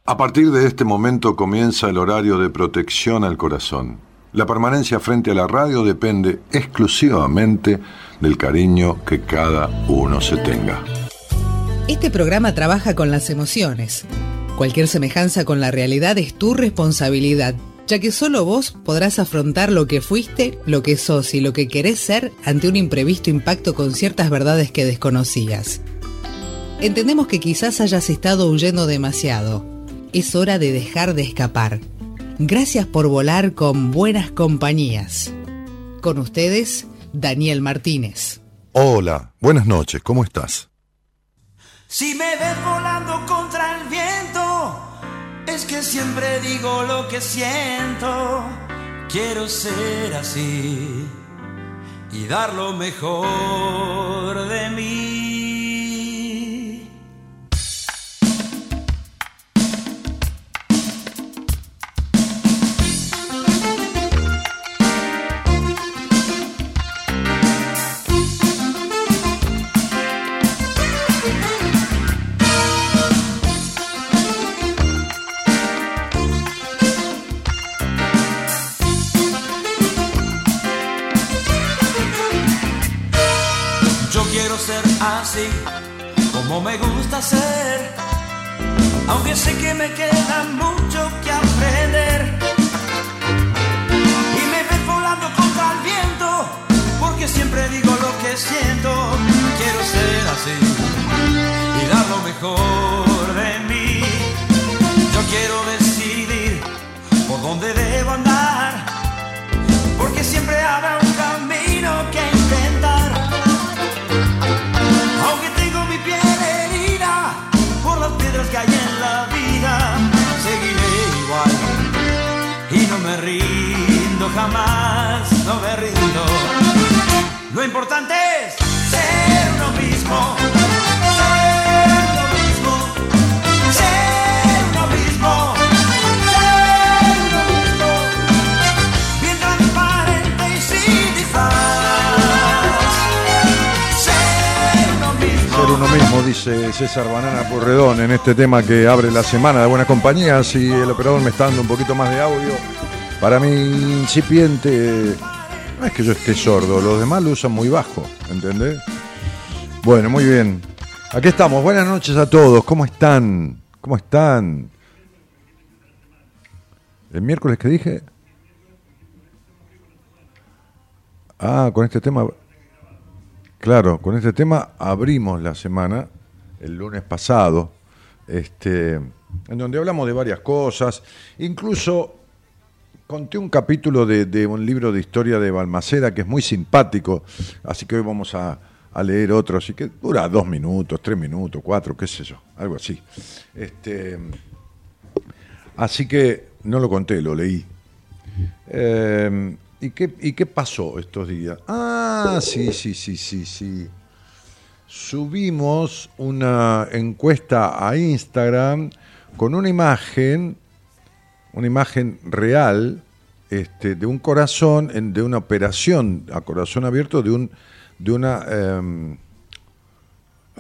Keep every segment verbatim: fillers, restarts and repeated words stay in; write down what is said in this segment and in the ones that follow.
A partir de este momento comienza el horario de protección al corazón. La permanencia frente a la radio depende exclusivamente del cariño que cada uno se tenga. Este programa trabaja con las emociones. Cualquier semejanza con la realidad es tu responsabilidad, ya que solo vos podrás afrontar lo que fuiste, lo que sos y lo que querés ser ante un imprevisto impacto con ciertas verdades que desconocías. Entendemos que quizás hayas estado huyendo demasiado. Es hora de dejar de escapar. Gracias por volar con buenas compañías. Con ustedes, Daniel Martínez. Hola, buenas noches, ¿cómo estás? Si me ves volando contra el viento, es que siempre digo lo que siento. Quiero ser así y dar lo mejor de mí. Ser así como me gusta ser, aunque sé que me queda mucho que aprender. Y me ves volando contra el viento, porque siempre digo lo que siento. Quiero ser así y dar lo mejor de mí. Yo quiero decidir por dónde debo andar, porque siempre habrá un camino que intentar. Aunque tengo mi piel herida por las piedras que hay en la vida, seguiré igual y no me rindo jamás, no me rindo. Lo importante es ser uno mismo, ser uno mismo, ser uno mismo, ser uno mismo, bien transparente y sin disfraz. Ser uno mismo, dice César Banana Porredón en este tema que abre la semana de Buenas Compañías. Y el operador me está dando un poquito más de audio para mi incipiente. No es que yo esté sordo, los demás lo usan muy bajo, ¿entendés? Bueno, muy bien. Aquí estamos, buenas noches a todos. ¿Cómo están? ¿Cómo están? ¿El miércoles que dije? Ah, con este tema... Claro, con este tema abrimos la semana, el lunes pasado, este, en donde hablamos de varias cosas. Incluso conté un capítulo de, de un libro de historia de Balmaceda que es muy simpático, así que hoy vamos a, a leer otro, así que dura dos minutos, tres minutos, cuatro, qué sé yo, algo así. Este, así que no lo conté, lo leí. Eh, ¿Y qué, ¿Y qué pasó estos días? Ah, sí, sí, sí, sí, sí. Subimos una encuesta a Instagram con una imagen, una imagen real, este, de un corazón, en, de una operación a corazón abierto, de un, de una, eh, uh,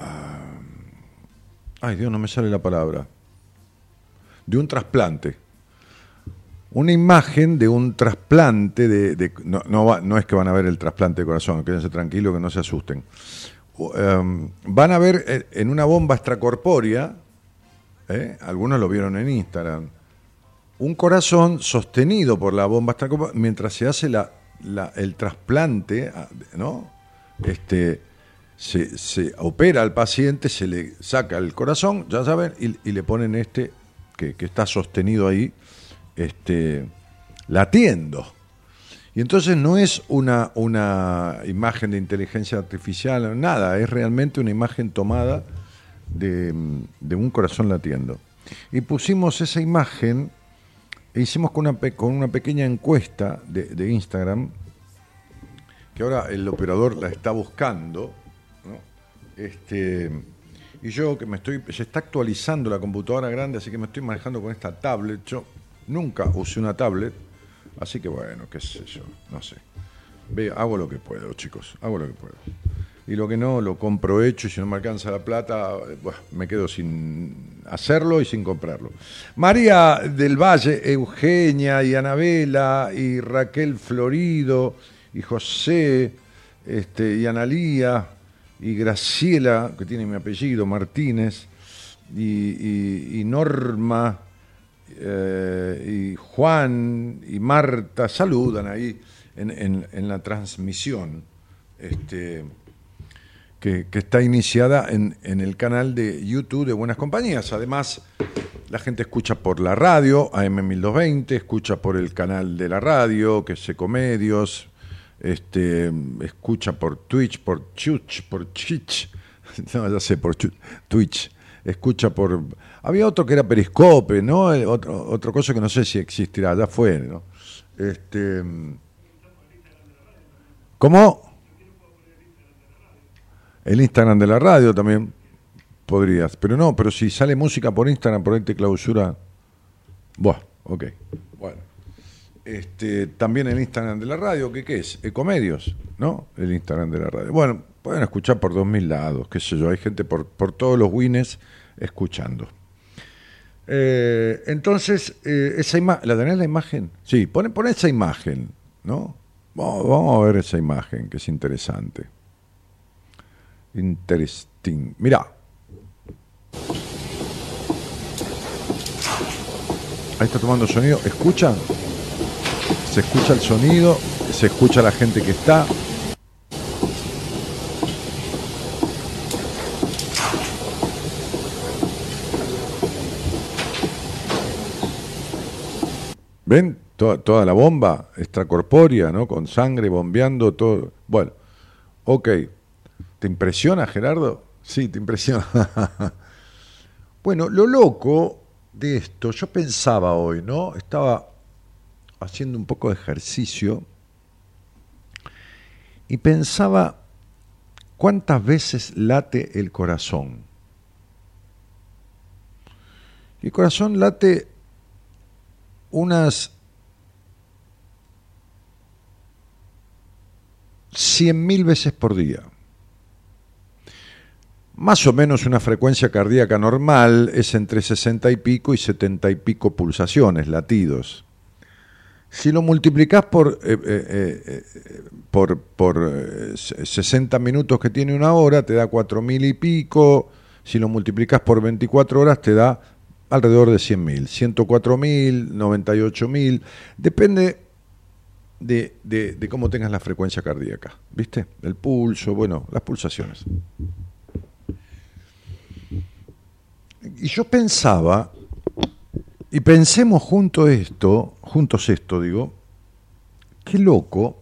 ay Dios, no me sale la palabra, de un trasplante. Una imagen de un trasplante de, de no, no, va, no es que van a ver el trasplante de corazón, quédense tranquilos, que no se asusten. Um, van a ver en una bomba extracorpórea, ¿eh? Algunos lo vieron en Instagram, un corazón sostenido por la bomba extracorpórea mientras se hace la, la, el trasplante, ¿no? Este, se, se opera al paciente, se le saca el corazón, ya saben, y, y le ponen este que, que está sostenido ahí, Este, latiendo. Y entonces no es una, una imagen de inteligencia artificial, nada, es realmente una imagen tomada de, de un corazón latiendo. Y pusimos esa imagen, e hicimos con una, con una pequeña encuesta de, de Instagram, que ahora el operador la está buscando, ¿no? Este, y yo que me estoy, se está actualizando la computadora grande, así que me estoy manejando con esta tablet. Yo nunca usé una tablet, así que bueno, qué sé yo, no sé. Ve, hago lo que puedo, chicos, hago lo que puedo. y lo que no, lo compro hecho, y si no me alcanza la plata, bueno, me quedo sin hacerlo y sin comprarlo. María del Valle, Eugenia y Anabela y Raquel Florido y José este, y Analía y Graciela, que tiene mi apellido, Martínez, y, y, y Norma eh, y Juan y Marta, saludan ahí en, en, en la transmisión este, que, que está iniciada en, en el canal de YouTube de Buenas Compañías. Además, la gente escucha por la radio, A M mil doscientos veinte, escucha por el canal de la radio, que es Ecomedios, este, escucha por Twitch, por Twitch, por Twitch, no, ya sé, por Twitch, escucha por... Había otro que era Periscope, ¿no? Otro, otra cosa que no sé si existirá, ya fue, ¿no? Este... ¿Cómo? El Instagram de la radio también podrías, pero no, pero si sale música por Instagram, por ahí te clausura. Buah, ok, bueno. Este, también el Instagram de la radio, ¿qué, qué es? Ecomedios, ¿no? El Instagram de la radio. Bueno, pueden escuchar por dos mil lados, qué sé yo, hay gente por, por todos los wines escuchando. Eh, entonces, eh, esa ima- ¿la tenés la imagen? Sí, pon, pon esa imagen, ¿no? Vamos, vamos a ver esa imagen, que es interesante. Interesting. Mirá. Ahí está tomando sonido. ¿Escuchan? Se escucha el sonido, se escucha la gente que está. ¿Ven? Toda, toda la bomba extracorpórea, ¿no? Con sangre bombeando todo. Bueno, ok. ¿Te impresiona, Gerardo? Sí, te impresiona. Bueno, lo loco de esto, yo pensaba hoy, ¿no? Estaba haciendo un poco de ejercicio y pensaba cuántas veces late el corazón. El corazón late unas cien mil veces por día. Más o menos una frecuencia cardíaca normal es entre sesenta y pico y setenta y pico pulsaciones, latidos. Si lo multiplicás por, eh, eh, eh, por, por eh, sesenta minutos que tiene una hora, te da cuatro mil y pico. Si lo multiplicás por veinticuatro horas, te da alrededor de cien mil. ciento cuatro mil, noventa y ocho mil. Depende de, de, de cómo tengas la frecuencia cardíaca. ¿Viste? El pulso, bueno, las pulsaciones. Y yo pensaba, y pensemos junto esto, juntos esto, digo, qué loco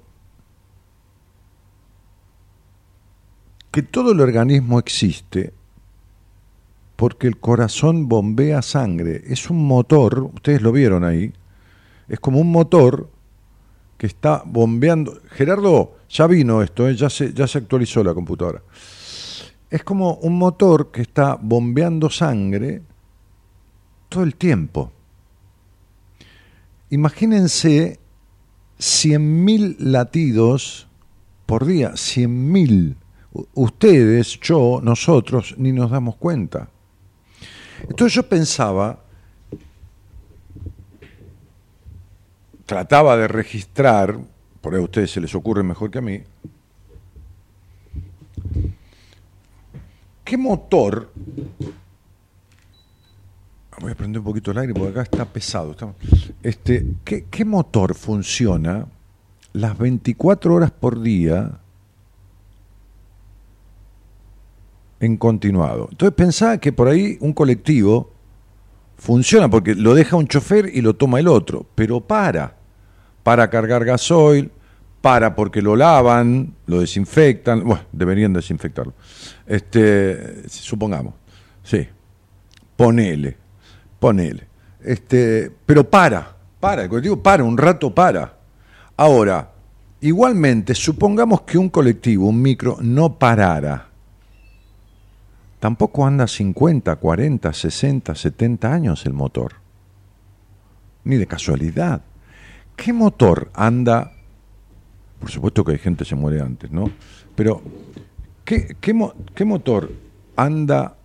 que todo el organismo existe porque el corazón bombea sangre. Es un motor, ustedes lo vieron ahí, es como un motor que está bombeando. Gerardo, ya vino esto, ¿eh? ya se, ya se actualizó la computadora. Es como un motor que está bombeando sangre todo el tiempo. Imagínense cien mil latidos por día, cien mil. Ustedes, yo, nosotros, ni nos damos cuenta. Entonces yo pensaba, trataba de registrar, por ahí a ustedes se les ocurre mejor que a mí, ¿qué motor? Voy a prender un poquito el aire porque acá está pesado. Está, este, ¿qué, ¿Qué motor funciona las veinticuatro horas por día en continuado? Entonces pensaba que por ahí un colectivo funciona porque lo deja un chofer y lo toma el otro, pero para, para cargar gasoil, para porque lo lavan, lo desinfectan, bueno, deberían desinfectarlo. Este, supongamos, sí, ponele, ponele. Este, pero para, para, el colectivo para, un rato para. Ahora, igualmente, supongamos que un colectivo, un micro, no parara. Tampoco anda cincuenta, cuarenta, sesenta, setenta años el motor. Ni de casualidad. ¿Qué motor anda? Por supuesto que hay gente que se muere antes, ¿no? Pero, ¿Qué, qué, mo- qué motor anda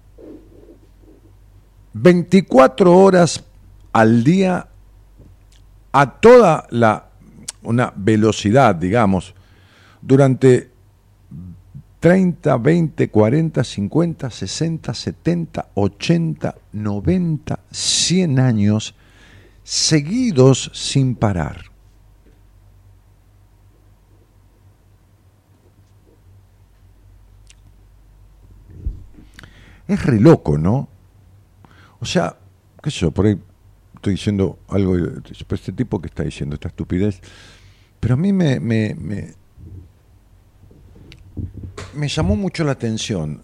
veinticuatro horas al día a toda la una velocidad, digamos, durante treinta, veinte, cuarenta, cincuenta, sesenta, setenta, ochenta, noventa, cien años seguidos sin parar? Es re loco, ¿no? O sea, qué sé yo, por ahí estoy diciendo algo, este tipo que está diciendo esta estupidez, pero a mí me, me, me, me llamó mucho la atención.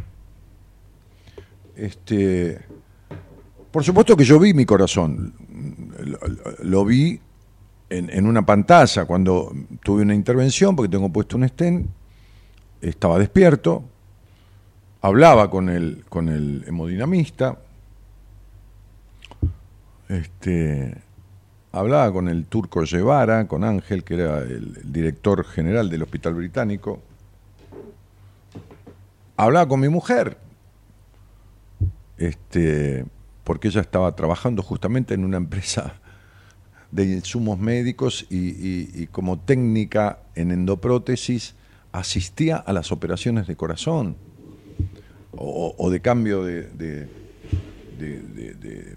Este, por supuesto que yo vi mi corazón, lo, lo vi en, en una pantalla cuando tuve una intervención, porque tengo puesto un stent, estaba despierto, hablaba con el, con el hemodinamista, este, hablaba con el turco Guevara, con Ángel, que era el, el director general del Hospital Británico, hablaba con mi mujer, este, porque ella estaba trabajando justamente en una empresa de insumos médicos y, y, y como técnica en endoprótesis asistía a las operaciones de corazón o, o de cambio de, de, de, de, de,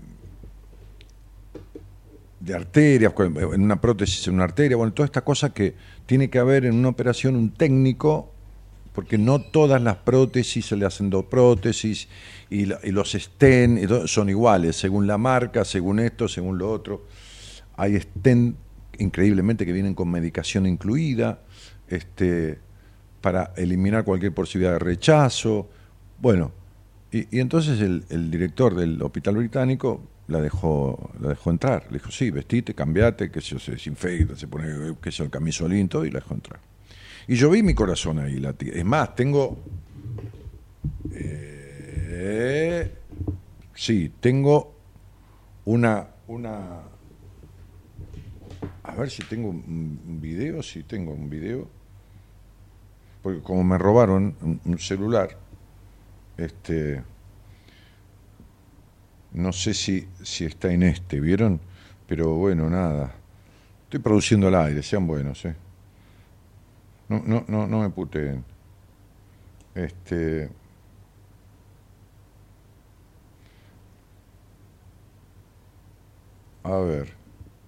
de arterias, en una prótesis, en una arteria, bueno, toda esta cosa que tiene que haber en una operación un técnico, porque no todas las prótesis se le hacen endoprótesis y, la, y los stent y todo, son iguales, según la marca, según esto, según lo otro. Hay stent increíblemente que vienen con medicación incluida, este, para eliminar cualquier posibilidad de rechazo. Bueno, y, y entonces el, el director del Hospital Británico la dejó, la dejó entrar. Le dijo, sí, vestite, cambiate, que se, se desinfecta, se pone, que se el camisolín, todo, y la dejó entrar. Y yo vi mi corazón ahí latir. Es más, tengo... Eh, sí, tengo una... una a ver si tengo un video, si tengo un video, porque como me robaron un, un celular, este, no sé si, si está en este, ¿vieron? Pero bueno, nada, estoy produciendo al aire, sean buenos, ¿eh? No, no, no, no me puteen. Este, a ver.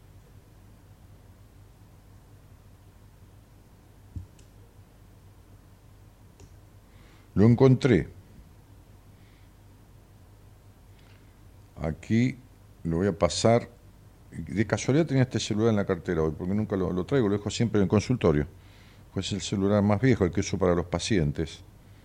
Lo encontré. Aquí lo voy a pasar. De casualidad tenía este celular en la cartera hoy, porque nunca lo, lo traigo, lo dejo siempre en el consultorio. Pues es el celular más viejo, el que uso para los pacientes.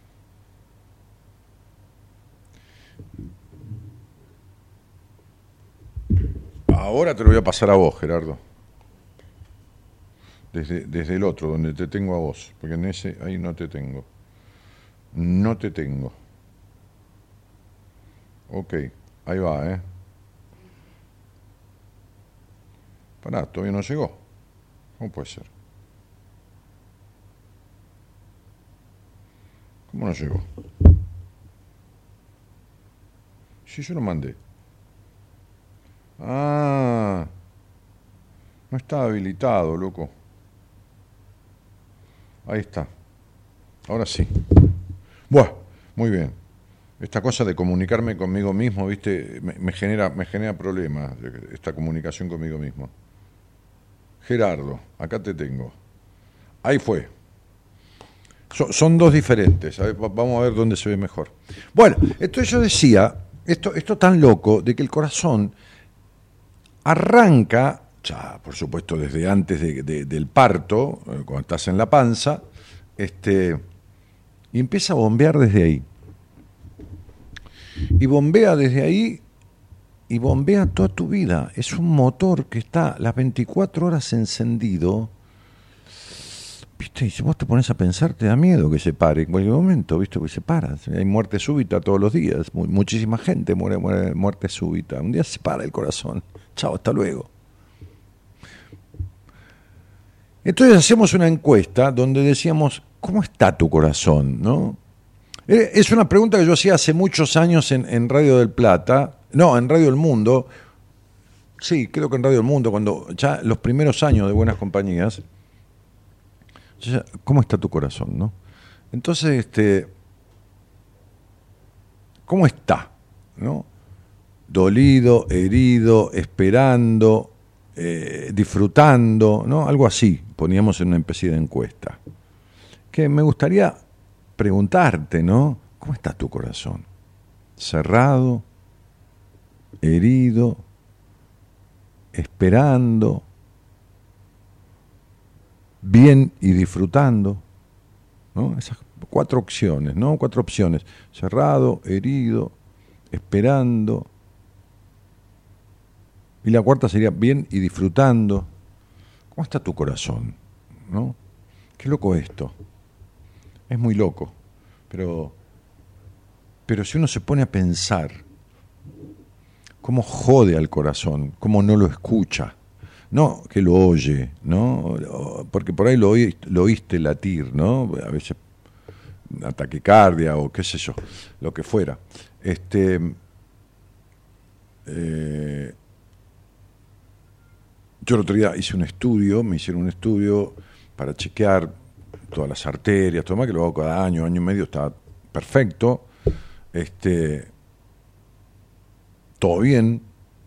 Ahora te lo voy a pasar a vos, Gerardo. Desde, desde el otro, donde te tengo a vos, porque en ese ahí no te tengo. No te tengo. Ok, ahí va, ¿eh? Pará, todavía no llegó. ¿Cómo puede ser? ¿Cómo no llegó? Sí, yo lo mandé. Ah, no está habilitado, loco. Ahí está. Ahora sí. Bueno, muy bien. Esta cosa de comunicarme conmigo mismo, viste, me, me genera, me genera problemas, esta comunicación conmigo mismo. Gerardo, acá te tengo. Ahí fue. So, son dos diferentes. A ver, vamos a ver dónde se ve mejor. Bueno, esto yo decía, esto, esto tan loco de que el corazón arranca, ya por supuesto desde antes de, de, del parto, cuando estás en la panza, este... y empieza a bombear desde ahí. Y bombea desde ahí y bombea toda tu vida. Es un motor que está las veinticuatro horas encendido. ¿Viste? Y si vos te pones a pensar, te da miedo que se pare en cualquier momento, ¿viste? Que se para. Hay muerte súbita todos los días. Muchísima gente muere, muere muerte súbita. Un día se para el corazón. Chao, hasta luego. Entonces hacemos una encuesta donde decíamos, ¿cómo está tu corazón? ¿No? Es una pregunta que yo hacía hace muchos años en, en Radio del Plata, no, en Radio del Mundo, sí, creo que en Radio del Mundo, cuando ya los primeros años de Buenas Compañías, ¿cómo está tu corazón? ¿No? Entonces, este, ¿cómo está? ¿No? Dolido, herido, esperando, eh, disfrutando, ¿no? Algo así, poníamos en una especie de encuesta. Que me gustaría preguntarte, ¿no? ¿Cómo está tu corazón? ¿Cerrado, herido, esperando, bien y disfrutando? ¿No? Esas cuatro opciones, ¿no? Cuatro opciones. Cerrado, herido, esperando. Y la cuarta sería bien y disfrutando. ¿Cómo está tu corazón? ¿No? Qué loco esto. Es muy loco. Pero, pero si uno se pone a pensar cómo jode al corazón, cómo no lo escucha, no que lo oye, ¿no? Porque por ahí lo, oí, lo oíste latir, ¿no? A veces una taquicardia o qué sé yo, lo que fuera. Este, eh, yo el otro día hice un estudio, me hicieron un estudio para chequear todas las arterias, todo más, que lo hago cada año, año y medio, está perfecto, este, todo bien.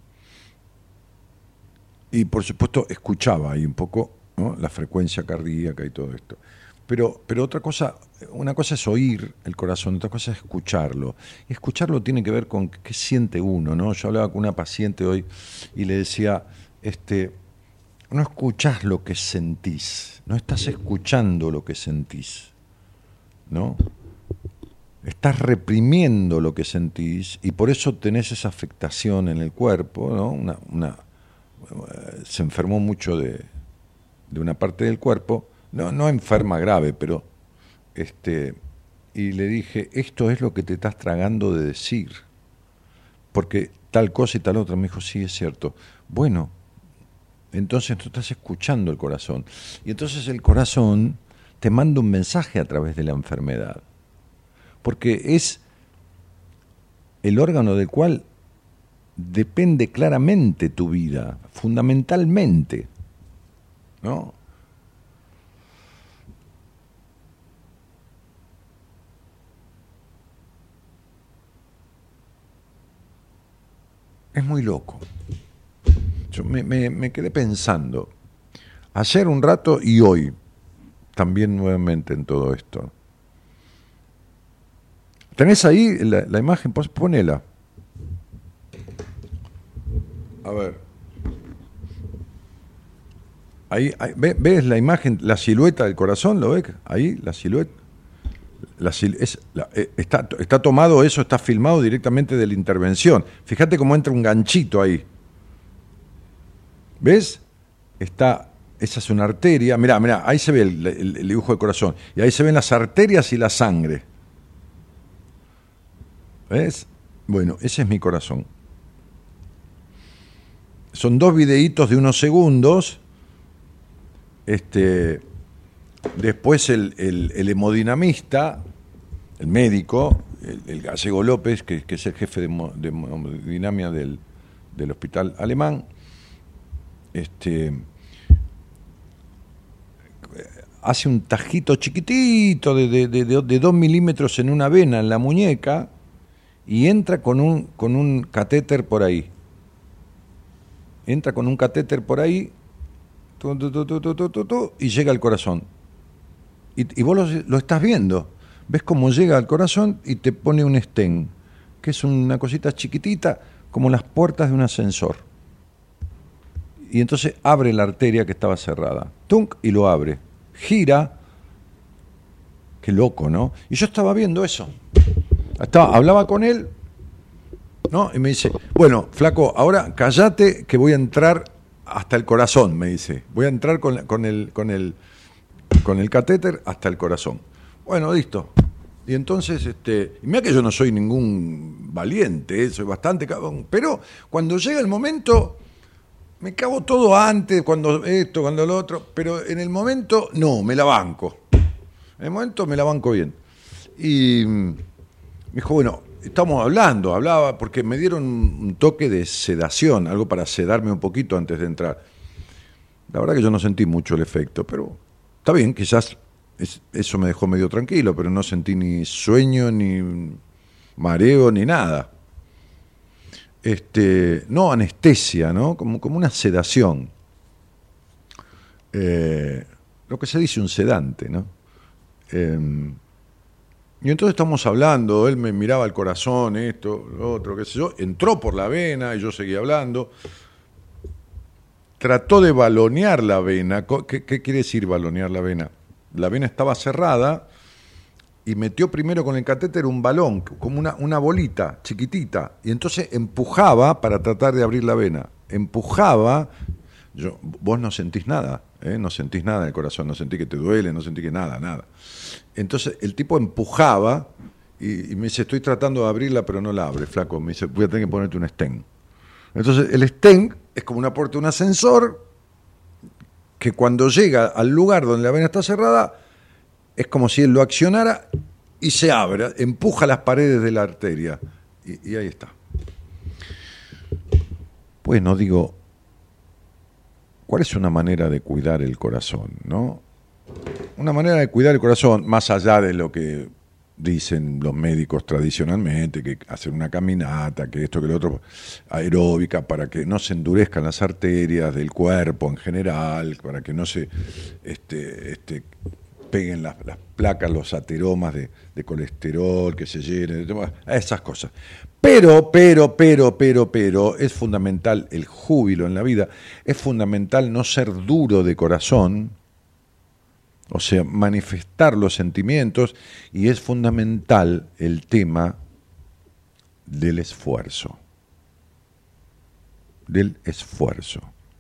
Y por supuesto escuchaba ahí un poco, ¿no? La frecuencia cardíaca y todo esto. Pero, pero otra cosa, una cosa es oír el corazón, otra cosa es escucharlo. Y escucharlo tiene que ver con qué siente uno, ¿no? Yo hablaba con una paciente hoy y le decía, este, no escuchás lo que sentís, no estás escuchando lo que sentís, ¿no? Estás reprimiendo lo que sentís y por eso tenés esa afectación en el cuerpo, ¿no? Una, una, se enfermó mucho de, de una parte del cuerpo, no, no enferma grave, pero este, y le dije, esto es lo que te estás tragando de decir, porque tal cosa y tal otra. Me dijo, sí, es cierto. Bueno, entonces tú estás escuchando el corazón, y entonces el corazón te manda un mensaje a través de la enfermedad, porque es el órgano del cual depende claramente tu vida, fundamentalmente, ¿no? Es muy loco. Yo me, me, me quedé pensando, ayer un rato y hoy, también nuevamente en todo esto. ¿Tenés ahí la, la imagen? Pues ponela. A ver. Ahí, ahí ¿ves la imagen, la silueta del corazón? ¿Lo ves? Ahí, la silueta. La, es, la, está, está tomado eso, está filmado directamente de la intervención. Fíjate cómo entra un ganchito ahí. ¿Ves? Está, esa es una arteria. Mirá, mirá, ahí se ve el, el, el dibujo del corazón. Y ahí se ven las arterias y la sangre. ¿Ves? Bueno, ese es mi corazón. Son dos videitos de unos segundos. Este, después el, el, el hemodinamista, el médico, el, el Gallego López, que, que es el jefe de, de hemodinamia del, del hospital alemán, este, hace un tajito chiquitito de, de, de, de dos milímetros en una vena en la muñeca y entra con un, con un catéter por ahí. Entra con un catéter por ahí tu, tu, tu, tu, tu, tu, tu, tu, y llega al corazón. Y, y vos lo, lo estás viendo. Ves cómo llega al corazón y te pone un stent, que es una cosita chiquitita como las puertas de un ascensor. Y entonces abre la arteria que estaba cerrada. ¡Tunk! Y lo abre. Gira. Qué loco, ¿no? Y yo estaba viendo eso. Estaba, hablaba con él, ¿no? Y me dice, bueno, flaco, ahora cállate que voy a entrar hasta el corazón, me dice. Voy a entrar con, la, con, el, con, el, con el catéter hasta el corazón. Bueno, listo. Y entonces, este, y mira que yo no soy ningún valiente, ¿eh? Soy bastante cagón, pero cuando llega el momento, me cago todo antes, cuando esto, cuando lo otro, pero en el momento, no, me la banco. En el momento me la banco bien. Y me dijo, bueno, estamos hablando, hablaba, porque me dieron un toque de sedación, algo para sedarme un poquito antes de entrar. La verdad que yo no sentí mucho el efecto, pero está bien, quizás es, eso me dejó medio tranquilo, pero no sentí ni sueño, ni mareo, ni nada. Este, no anestesia, ¿no? Como, como una sedación. Eh, lo que se dice un sedante, ¿no? Eh, y entonces estamos hablando, él me miraba el corazón, esto, lo otro, qué sé yo, entró por la vena y yo seguía hablando. Trató de balonear la vena. ¿Qué, qué quiere decir balonear la vena? La vena estaba cerrada y metió primero con el catéter un balón, como una, una bolita chiquitita, y entonces empujaba para tratar de abrir la vena. Empujaba, yo, vos no sentís nada, ¿eh? No sentís nada en el corazón, no sentí que te duele, no sentí que nada, nada. Entonces el tipo empujaba y, y me dice, estoy tratando de abrirla, pero no la abre, flaco. Me dice, voy a tener que ponerte un stent. Entonces el stent es como una puerta de un ascensor que cuando llega al lugar donde la vena está cerrada, es como si él lo accionara y se abre, empuja las paredes de la arteria. Y, y ahí está. Bueno, digo, ¿cuál es una manera de cuidar el corazón, no? Una manera de cuidar el corazón, más allá de lo que dicen los médicos tradicionalmente, que hacer una caminata, que esto, que lo otro, aeróbica, para que no se endurezcan las arterias del cuerpo en general, para que no se este, este, peguen las, las placas, los ateromas de, de colesterol, que se llenen, esas cosas. Pero, pero, pero, pero, pero, es fundamental el júbilo en la vida, es fundamental no ser duro de corazón, o sea, manifestar los sentimientos, y es fundamental el tema del esfuerzo, del esfuerzo.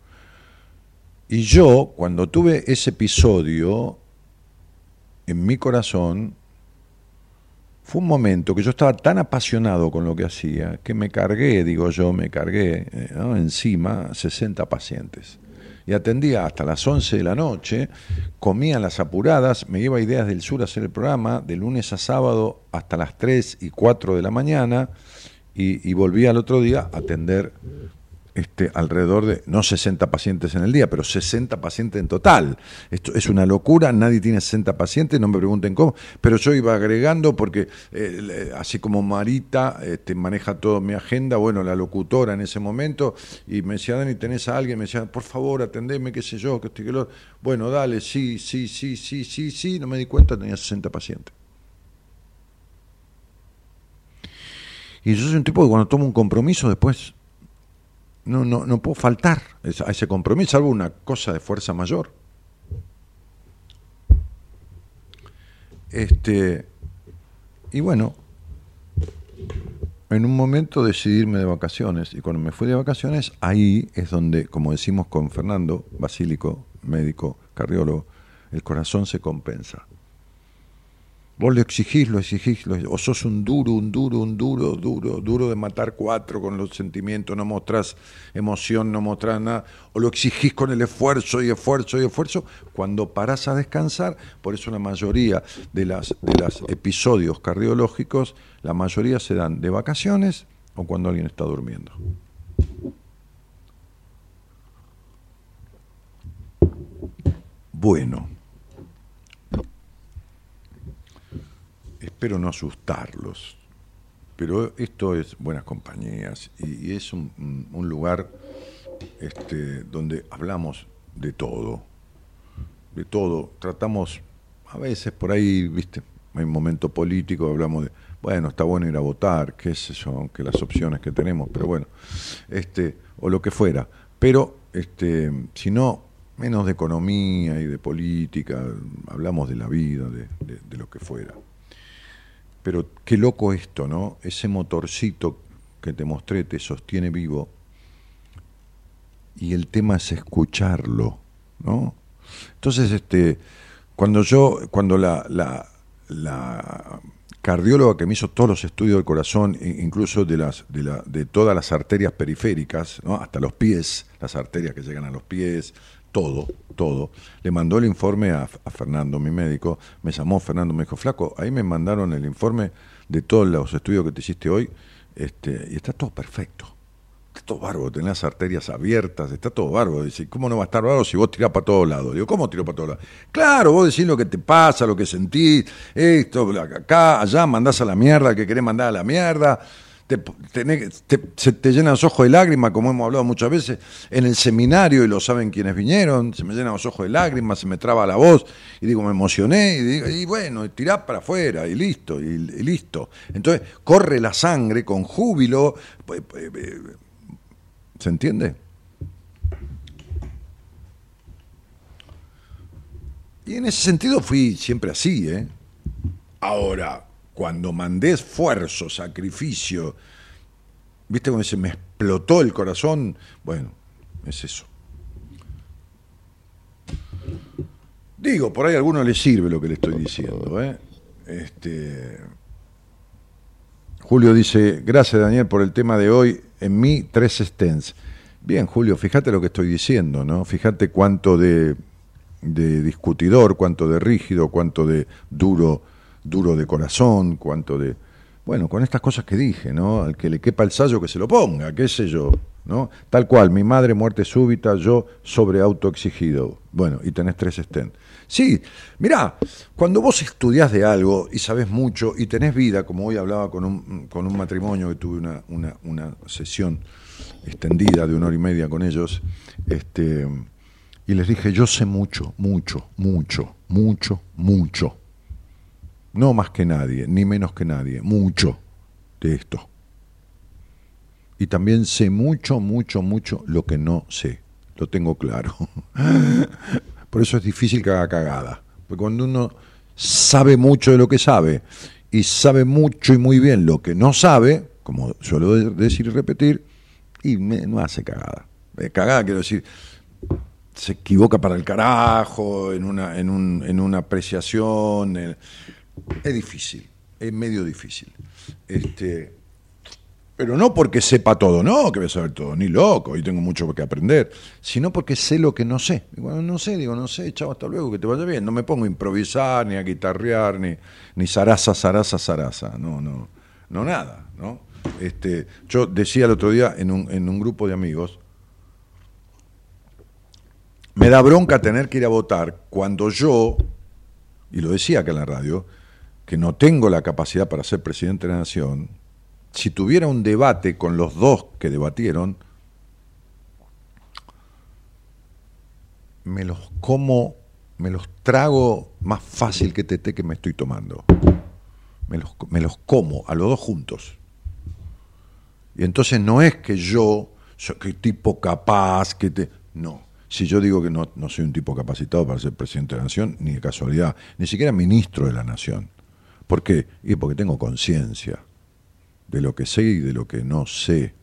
Y yo, cuando tuve ese episodio en mi corazón, fue un momento que yo estaba tan apasionado con lo que hacía, que me cargué, digo yo, me cargué, ¿no?, encima sesenta pacientes. Y atendía hasta las once de la noche, comía las apuradas, me iba a Ideas del Sur a hacer el programa, de lunes a sábado hasta las tres y cuatro de la mañana, y, y volvía al otro día a atender este, alrededor de, no sesenta pacientes en el día, pero sesenta pacientes en total. Esto es una locura, nadie tiene sesenta pacientes, no me pregunten cómo, pero yo iba agregando porque, eh, así como Marita este, maneja toda mi agenda, bueno, la locutora en ese momento, y me decía, Dani, ¿tenés a alguien? Me decía, por favor, atendeme, qué sé yo, que estoy que lo... Bueno, dale, sí, sí, sí, sí, sí, sí, no me di cuenta, tenía sesenta pacientes. Y yo soy un tipo que cuando tomo un compromiso, después No, no, no puedo faltar a ese compromiso, salvo una cosa de fuerza mayor. Este, y bueno, en un momento decidí irme de vacaciones, y cuando me fui de vacaciones, ahí es donde, como decimos con Fernando Basílico, médico, cardiólogo, el corazón se compensa. Vos le exigís, lo exigís, lo, o sos un duro, un duro, un duro, duro, duro de matar cuatro con los sentimientos, no mostrás emoción, no mostrás nada, o lo exigís con el esfuerzo y esfuerzo y esfuerzo, cuando parás a descansar. Por eso la mayoría de las de los episodios cardiológicos, la mayoría se dan de vacaciones o cuando alguien está durmiendo. Bueno. Espero no asustarlos, pero esto es Buenas Compañías y, y es un, un lugar este, donde hablamos de todo, de todo. Tratamos, a veces por ahí, viste, hay un momento político, hablamos de, bueno, está bueno ir a votar, qué sé yo, aunque las opciones que tenemos, pero bueno, este, o lo que fuera. Pero, este, si no, menos de economía y de política, hablamos de la vida, de, de, de lo que fuera. Pero qué loco esto, ¿no? Ese motorcito que te mostré te sostiene vivo, y el tema es escucharlo, ¿no? Entonces, este, cuando yo, cuando la, la, la cardióloga que me hizo todos los estudios del corazón, incluso de las, de la, de todas las arterias periféricas, ¿no?, hasta los pies, las arterias que llegan a los pies, todo, todo. Le mandó el informe a, a Fernando, mi médico, me llamó Fernando, me dijo, flaco, ahí me mandaron el informe de todos los estudios que te hiciste hoy, este, y está todo perfecto. Está todo bárbaro, tenés las arterias abiertas, está todo bárbaro. Dice, ¿cómo no va a estar bárbaro si vos tirás para todos lados? Digo, ¿cómo tiró para todos lados? Claro, vos decís lo que te pasa, lo que sentís, esto, acá, allá, mandás a la mierda, que querés mandar a la mierda, te, tenés, te, se te llenan los ojos de lágrimas, como hemos hablado muchas veces, en el seminario, y lo saben quienes vinieron, se me llenan los ojos de lágrimas, se me traba la voz, y digo, me emocioné, y, digo, y bueno, tirás para afuera, y listo, y, y listo. Entonces, corre la sangre con júbilo, pues, pues, ¿se entiende? Y en ese sentido fui siempre así, ¿eh? Ahora, cuando mandé esfuerzo, sacrificio, ¿viste cómo se me explotó el corazón? Bueno, es eso. Digo, por ahí a alguno le sirve lo que le estoy diciendo, ¿eh? Este... Julio dice, gracias Daniel por el tema de hoy, en mí tres stents. Bien, Julio, fíjate lo que estoy diciendo, ¿no? Fíjate cuánto de, de discutidor, cuánto de rígido, cuánto de duro, duro de corazón, cuánto de... Bueno, con estas cosas que dije, ¿no? Al que le quepa el sayo que se lo ponga, qué sé yo, ¿no? Tal cual, mi madre muerte súbita, yo sobre autoexigido. Bueno, y tenés tres stents. Sí, mirá, cuando vos estudiás de algo y sabés mucho y tenés vida, como hoy hablaba con un, con un matrimonio que tuve una, una, una sesión extendida de una hora y media con ellos, este, y les dije, yo sé mucho, mucho, mucho, mucho, mucho. No más que nadie, ni menos que nadie, mucho de esto. Y también sé mucho, mucho, mucho lo que no sé, lo tengo claro. Por eso es difícil que haga cagada. Porque cuando uno sabe mucho de lo que sabe y sabe mucho y muy bien lo que no sabe, como suelo decir y repetir, y me, no hace cagada. Eh, cagada quiero decir, se equivoca para el carajo en una, en un, en una apreciación. Eh, es difícil, es medio difícil. Este... Pero no porque sepa todo, no, que voy a saber todo, ni loco, y tengo mucho que aprender, sino porque sé lo que no sé. Y cuando no sé, digo, no sé, chavo, hasta luego, que te vaya bien. No me pongo a improvisar, ni a guitarrear, ni, ni zaraza, zaraza, zaraza, no, no, no nada, ¿no? Este, yo decía el otro día en un, en un grupo de amigos, me da bronca tener que ir a votar cuando yo, y lo decía acá en la radio, que no tengo la capacidad para ser presidente de la nación. Si tuviera un debate con los dos que debatieron, me los como, me los trago más fácil que este té que me estoy tomando. Me los, me los como a los dos juntos. Y entonces no es que yo, soy que tipo capaz, que te... No, si yo digo que no, no soy un tipo capacitado para ser presidente de la nación, ni de casualidad, ni siquiera ministro de la nación. ¿Por qué? Y porque tengo conciencia de lo que sé y de lo que no sé.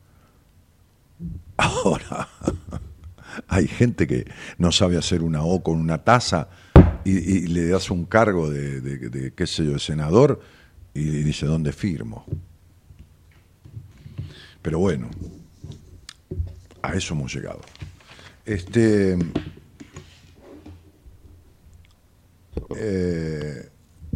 Ahora, hay gente que no sabe hacer una O con una taza y, y le das un cargo de, de, de, de, qué sé yo, de senador y dice, ¿dónde firmo? Pero bueno, a eso hemos llegado. Este... Eh,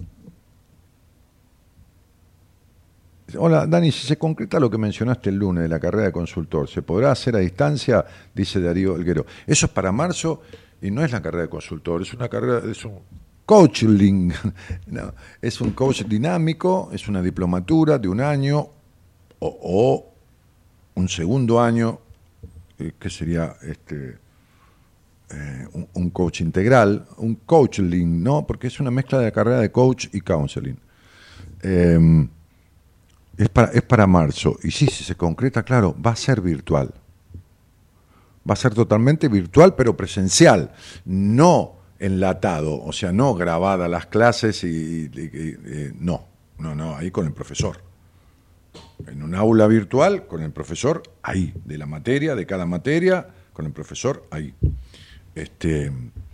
Hola, Dani, si se concreta lo que mencionaste el lunes de la carrera de consultor, ¿se podrá hacer a distancia? Dice Darío Elguero. Eso es para marzo y no es la carrera de consultor, es una carrera, es un coaching, no, es un coach dinámico, es una diplomatura de un año o, o un segundo año, eh, que sería este eh, un, un coach integral, un coaching, ¿no? Porque es una mezcla de la carrera de coach y counseling. Eh, Es para, es para marzo, y sí, si se concreta, claro, va a ser virtual. Va a ser totalmente virtual, pero presencial, no enlatado, o sea, no grabada las clases y, y, y eh, no, no, no, ahí con el profesor. En un aula virtual, con el profesor ahí, de la materia, de cada materia, con el profesor ahí. Este...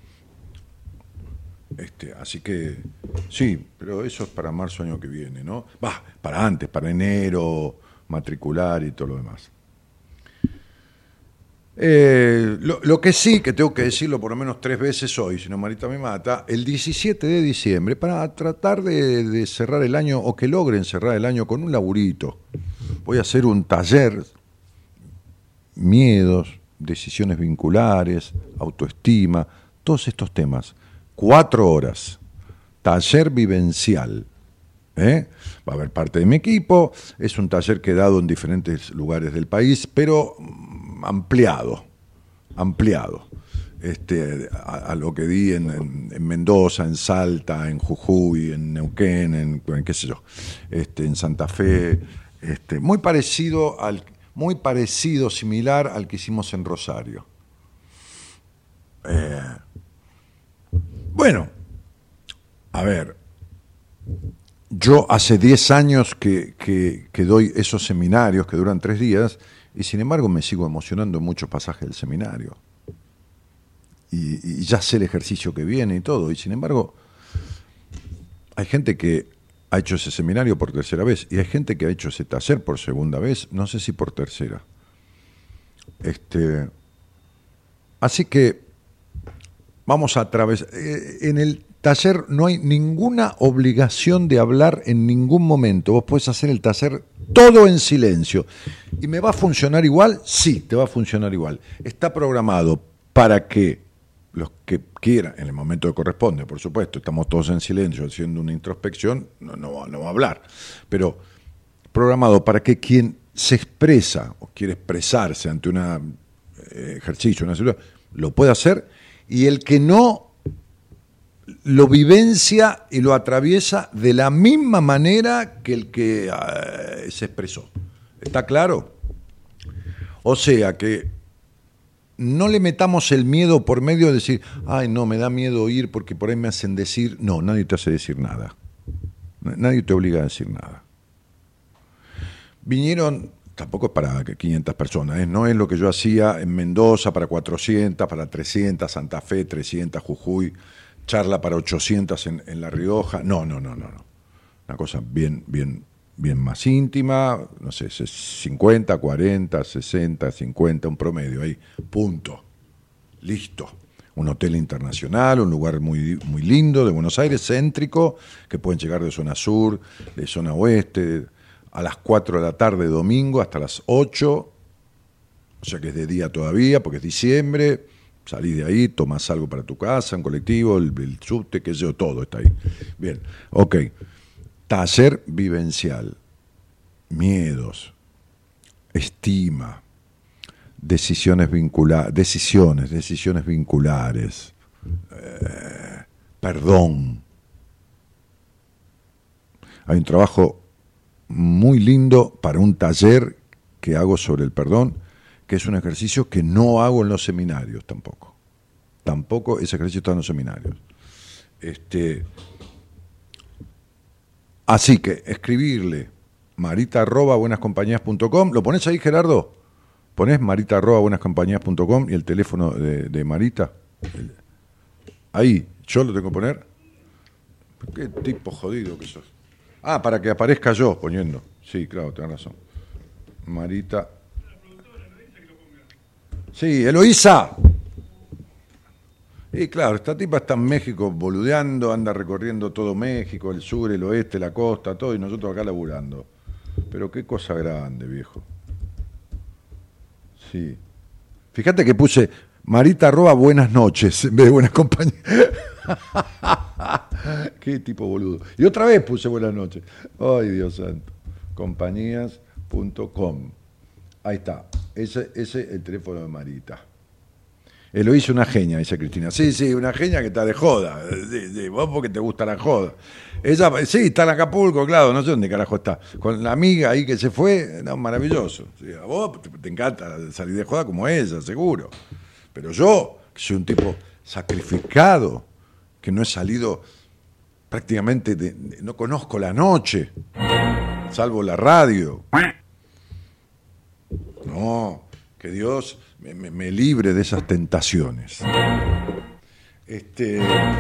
Este, así que sí, pero eso es para marzo año que viene, ¿no? Va, para antes, para enero, matricular y todo lo demás. Eh, lo, lo que sí, que tengo que decirlo por lo menos tres veces hoy, si no Marita me mata, el diecisiete de diciembre, para tratar de, de cerrar el año, o que logren cerrar el año con un laburito, voy a hacer un taller, miedos, decisiones vinculares, autoestima, todos estos temas, cuatro horas, taller vivencial. ¿Eh? Va a haber parte de mi equipo, es un taller que he dado en diferentes lugares del país, pero ampliado, ampliado, este, a, a lo que di en, en, en Mendoza, en Salta, en Jujuy, en Neuquén, en, en qué sé yo, este, en Santa Fe, este, muy parecido al, muy parecido, similar al que hicimos en Rosario. Eh, bueno, a ver. Yo hace diez años que, que, que doy esos seminarios que duran tres días y sin embargo me sigo emocionando en muchos pasajes del seminario. Y, y ya sé el ejercicio que viene y todo. Y sin embargo hay gente que ha hecho ese seminario por tercera vez y hay gente que ha hecho ese taller por segunda vez, no sé si por tercera. Este, así que vamos a atravesar... Eh, en el taller no hay ninguna obligación de hablar en ningún momento. Vos podés hacer el taller todo en silencio. ¿Y me va a funcionar igual? Sí, te va a funcionar igual. Está programado para que los que quieran, en el momento que corresponde, por supuesto, estamos todos en silencio haciendo una introspección, no, no, no va a hablar, pero programado para que quien se expresa o quiere expresarse ante un eh, ejercicio, una situación, lo pueda hacer, y el que no lo vivencia y lo atraviesa de la misma manera que el que uh, se expresó. ¿Está claro? O sea que no le metamos el miedo por medio de decir, ay, no, me da miedo ir porque por ahí me hacen decir. No, nadie te hace decir nada. Nadie te obliga a decir nada. Vinieron, tampoco es para quinientas personas, ¿eh? No es lo que yo hacía en Mendoza para cuatrocientas, para trescientas, Santa Fe, trescientas, Jujuy, charla para ochocientas en, en La Rioja. No, no, no, no, no. Una cosa bien, bien, bien más íntima, no sé, cincuenta, cuarenta, sesenta, cincuenta, un promedio ahí, punto. Listo. Un hotel internacional, un lugar muy, muy lindo de Buenos Aires, céntrico, que pueden llegar de zona sur, de zona oeste, a las cuatro de la tarde domingo hasta las ocho, o sea que es de día todavía, porque es diciembre. Salís de ahí, tomás algo para tu casa, un colectivo, el, el subte, qué sé yo, todo está ahí. Bien, ok. Taller vivencial. Miedos, estima, decisiones vinculares, decisiones, decisiones vinculares, eh, perdón. Hay un trabajo muy lindo para un taller que hago sobre el perdón, que es un ejercicio que no hago en los seminarios tampoco. Tampoco ese ejercicio está en los seminarios. Este, así que escribirle marita arroba buenascompañías punto com. ¿Lo pones ahí, Gerardo? Ponés marita arroba buenascompañías punto com y el teléfono de, de Marita. Ahí, ¿yo lo tengo que poner? Qué tipo jodido que sos. Ah, para que aparezca yo poniendo. Sí, claro, tenés razón. Marita. Sí, Eloísa. Y claro, esta tipa está en México boludeando, anda recorriendo todo México, el sur, el oeste, la costa, todo, y nosotros acá laburando. Pero qué cosa grande, viejo. Sí. Fíjate que puse Marita arroba buenas noches en vez de buenas compañías. Qué tipo boludo. Y otra vez puse buenas noches. Ay, Dios santo. compañías punto com. Ahí está. Ese ese es el teléfono de Marita. Eh, lo hizo una genia, dice Cristina. Sí, sí, una genia que está de joda. Sí, sí, vos porque te gusta la joda. Ella, sí, está en Acapulco, claro, no sé dónde carajo está. Con la amiga ahí que se fue, no, maravilloso. Sí, a vos te, te encanta salir de joda como ella, seguro. Pero yo, que soy un tipo sacrificado, que no he salido prácticamente, de, de, no conozco la noche, salvo la radio. No, que Dios me, me, me libre de esas tentaciones. Este,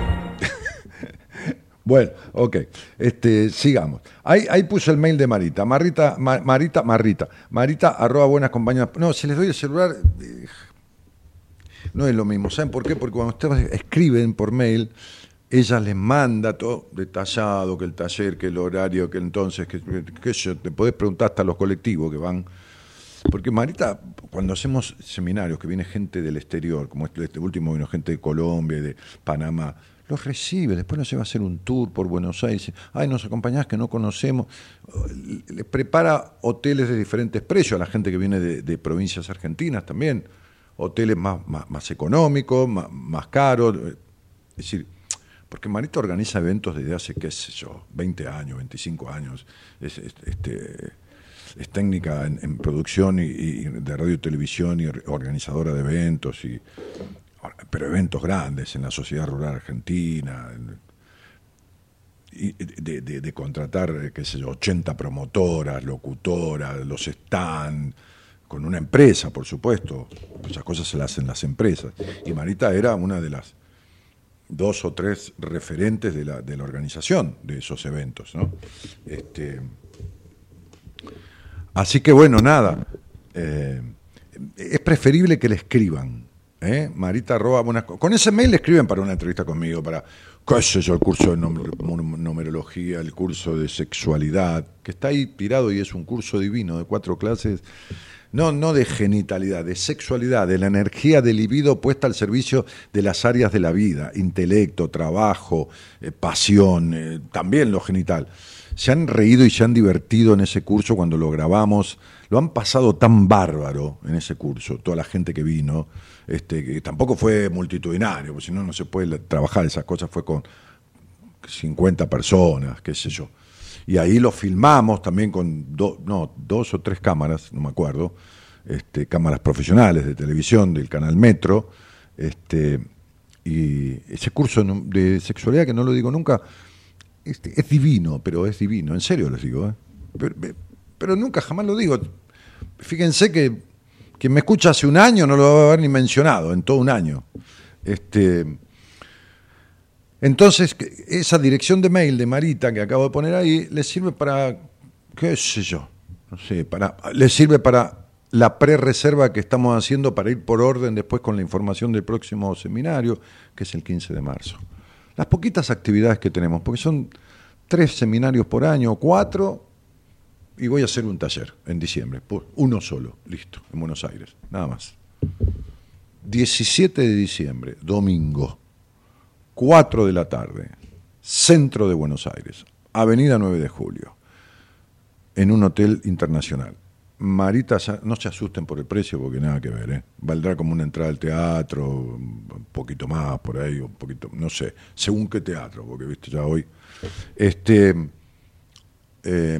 bueno, ok, este, sigamos. Ahí, ahí puse el mail de Marita, Marita, Ma, Marita, Marita, Marita, arroba buenas compañías. No, si les doy el celular, eh, no es lo mismo. ¿Saben por qué? Porque cuando ustedes escriben por mail, ella les manda todo detallado, que el taller, que el horario, que entonces, que, que, que yo, te podés preguntar hasta los colectivos que van. Porque Marita, cuando hacemos seminarios, que viene gente del exterior, como este, este último vino gente de Colombia y de Panamá, los recibe, después nos lleva a hacer un tour por Buenos Aires, ay, nos acompañás que no conocemos, les prepara hoteles de diferentes precios a la gente que viene de, de provincias argentinas también, hoteles más, más, más económicos, más, más caros, es decir, porque Marita organiza eventos desde hace, qué sé yo, veinte años, veinticinco años, es, es, este, es técnica en, en producción y, y de radio y televisión y organizadora de eventos y pero eventos grandes en la sociedad rural argentina, y de, de, de contratar, qué sé yo, ochenta promotoras, locutoras, los stand, con una empresa, por supuesto, esas cosas se las hacen las empresas, y Marita era una de las dos o tres referentes de la, de la organización de esos eventos, ¿no? Este, así que bueno, nada, eh, es preferible que le escriban. ¿Eh? Marita arroba buenas con ese mail le escriben para una entrevista conmigo, para qué sé yo, el curso de numerología, el curso de sexualidad, que está ahí tirado y es un curso divino de cuatro clases, no, no de genitalidad, de sexualidad, de la energía del libido puesta al servicio de las áreas de la vida, intelecto, trabajo, eh, pasión, eh, también lo genital. Se han reído y se han divertido en ese curso cuando lo grabamos, lo han pasado tan bárbaro en ese curso, toda la gente que vino. Este, que tampoco fue multitudinario, porque si no, no se puede trabajar esas cosas, fue con cincuenta personas, qué sé yo. Y ahí lo filmamos también con do, no, dos o tres cámaras, no me acuerdo, este, cámaras profesionales de televisión del canal Metro, este, y ese curso de sexualidad, que no lo digo nunca, este, es divino, pero es divino, en serio les digo, ¿eh? pero, pero nunca jamás lo digo. Fíjense que quien me escucha hace un año no lo va a haber ni mencionado, en todo un año. Este, entonces, esa dirección de mail de Marita que acabo de poner ahí, le sirve para, qué sé yo, no sé, para, le sirve para la pre-reserva que estamos haciendo para ir por orden después con la información del próximo seminario, que es el quince de marzo. Las poquitas actividades que tenemos, porque son tres seminarios por año, cuatro, y voy a hacer un taller en diciembre, uno solo, listo, en Buenos Aires, nada más. diecisiete de diciembre, domingo, cuatro de la tarde, centro de Buenos Aires, avenida nueve de julio, en un hotel internacional. Marita, no se asusten por el precio porque nada que ver, ¿eh? Valdrá como una entrada al teatro, un poquito más por ahí, un poquito, no sé, según qué teatro, porque viste ya hoy. Este... Eh,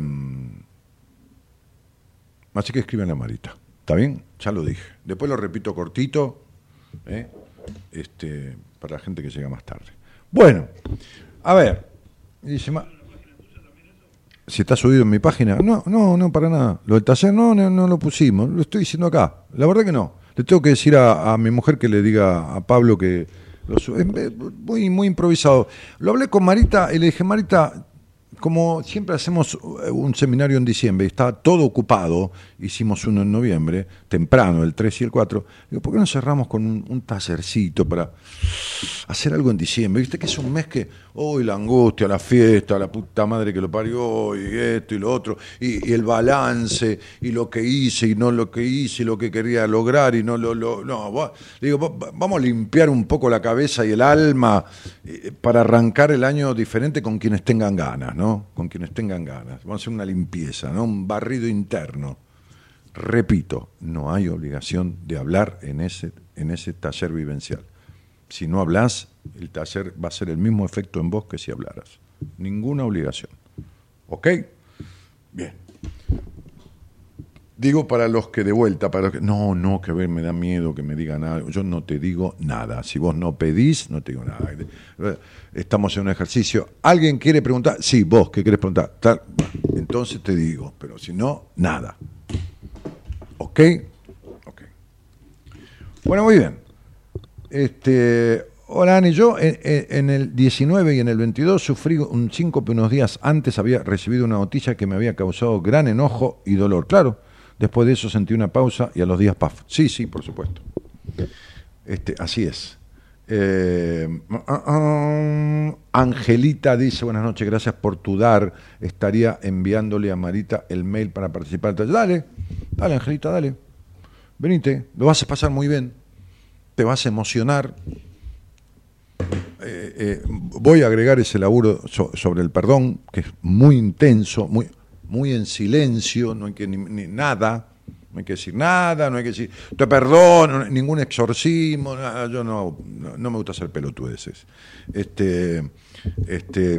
Así que escriban a Marita, ¿está bien? Ya lo dije. Después lo repito cortito, ¿eh? este, para la gente que llega más tarde. Bueno, a ver, dice, si está subido en mi página, no, no, no, para nada. Lo del taller no, no, no lo pusimos, lo estoy diciendo acá. La verdad que no. Le tengo que decir a, a mi mujer que le diga a Pablo que lo sube. Es muy, muy improvisado. Lo hablé con Marita y le dije, Marita, como siempre hacemos un seminario en diciembre y está todo ocupado, hicimos uno en noviembre, temprano, el tres y el cuatro, digo, ¿por qué no cerramos con un, un tallercito para hacer algo en diciembre? Viste que es un mes que, hoy oh, la angustia, la fiesta, la puta madre que lo parió, y esto y lo otro, y, y el balance, y lo que hice y no lo que hice, y lo que quería lograr, y no lo... lo no, va, digo, va, vamos a limpiar un poco la cabeza y el alma eh, para arrancar el año diferente con quienes tengan ganas, ¿no? Con quienes tengan ganas. Vamos a hacer una limpieza, ¿no? Un barrido interno. Repito, no hay obligación de hablar en ese, en ese taller vivencial. Si no hablas, el taller va a ser el mismo efecto en vos que si hablaras. Ninguna obligación. ¿Ok? Bien. Digo para los que de vuelta, para los que... No, no, que ver, me da miedo que me digan algo. Yo no te digo nada. Si vos no pedís, no te digo nada. Estamos en un ejercicio. ¿Alguien quiere preguntar? Sí, vos, ¿qué querés preguntar? Tal. Entonces te digo, pero si no, nada. ¿Ok? Ok. Bueno, muy bien. Este, hola, Ani. Yo en, en el diecinueve y en el veintidós sufrí un síncope unos días antes. Había recibido una noticia que me había causado gran enojo y dolor. Claro. Después de eso sentí una pausa y a los días, paf. Sí, sí, por supuesto. Este, así es. Eh, uh, uh, Angelita dice, buenas noches, gracias por tu dar. Estaría enviándole a Marita el mail para participar. Dale, dale Angelita, dale. Venite, lo vas a pasar muy bien. Te vas a emocionar. Eh, eh, voy a agregar ese laburo so, sobre el perdón, que es muy intenso, muy, muy en silencio, no hay que ni, ni nada. No hay que decir nada, no hay que decir, te perdono, ningún exorcismo, nada, yo no, no, no me gusta hacer pelotudeces. Este, este,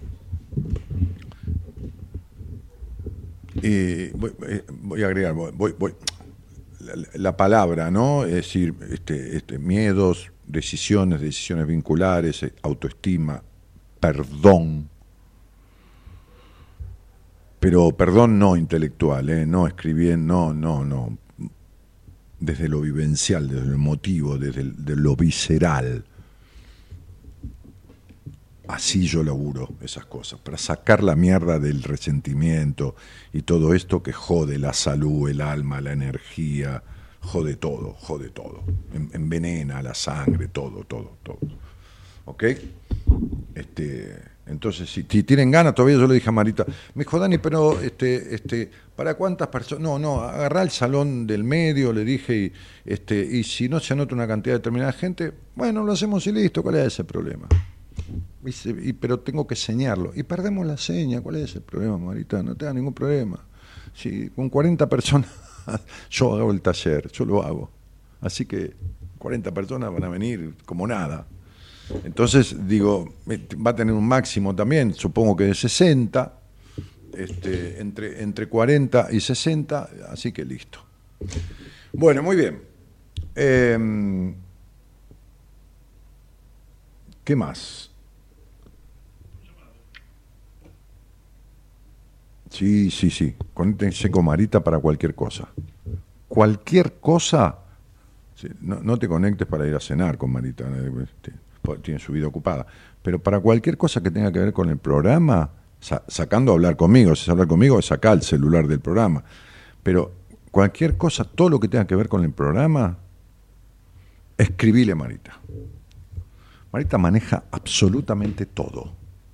y voy, voy a agregar, voy, voy, la, la palabra, ¿no? Es decir, este, este, miedos, decisiones, decisiones vinculares, autoestima, perdón. Pero perdón no intelectual, ¿eh? No escribiendo, no, no, no. Desde lo vivencial, desde lo emotivo, desde el, de lo visceral. Así yo laburo esas cosas, para sacar la mierda del resentimiento y todo esto que jode la salud, el alma, la energía, jode todo, jode todo. Envenena la sangre, todo, todo, todo. ¿Ok? Este... Entonces, si, si tienen ganas, todavía yo le dije a Marita, me dijo, Dani, pero este, este, ¿para cuántas personas? No, no, agarrá el salón del medio, le dije, y, este, y si no se anota una cantidad determinada de gente, bueno, lo hacemos y listo, ¿cuál es ese problema? Y, y, pero tengo que señarlo. Y perdemos la seña, ¿cuál es el problema, Marita? No te da ningún problema. Si con cuarenta personas yo hago el taller, yo lo hago. Así que cuarenta personas van a venir como nada. Entonces, digo, va a tener un máximo también, supongo que de sesenta, este, entre, entre cuarenta y sesenta, así que listo. Bueno, muy bien. Eh, ¿Qué más? Sí, sí, sí. Conéctense con Marita para cualquier cosa. Cualquier cosa. Sí, no, no te conectes para ir a cenar con Marita. Este, tiene su vida ocupada, pero para cualquier cosa que tenga que ver con el programa, sa- sacando a hablar conmigo, si es hablar conmigo, es sacar el celular del programa, pero cualquier cosa, todo lo que tenga que ver con el programa, escribile a Marita. Marita maneja absolutamente todo.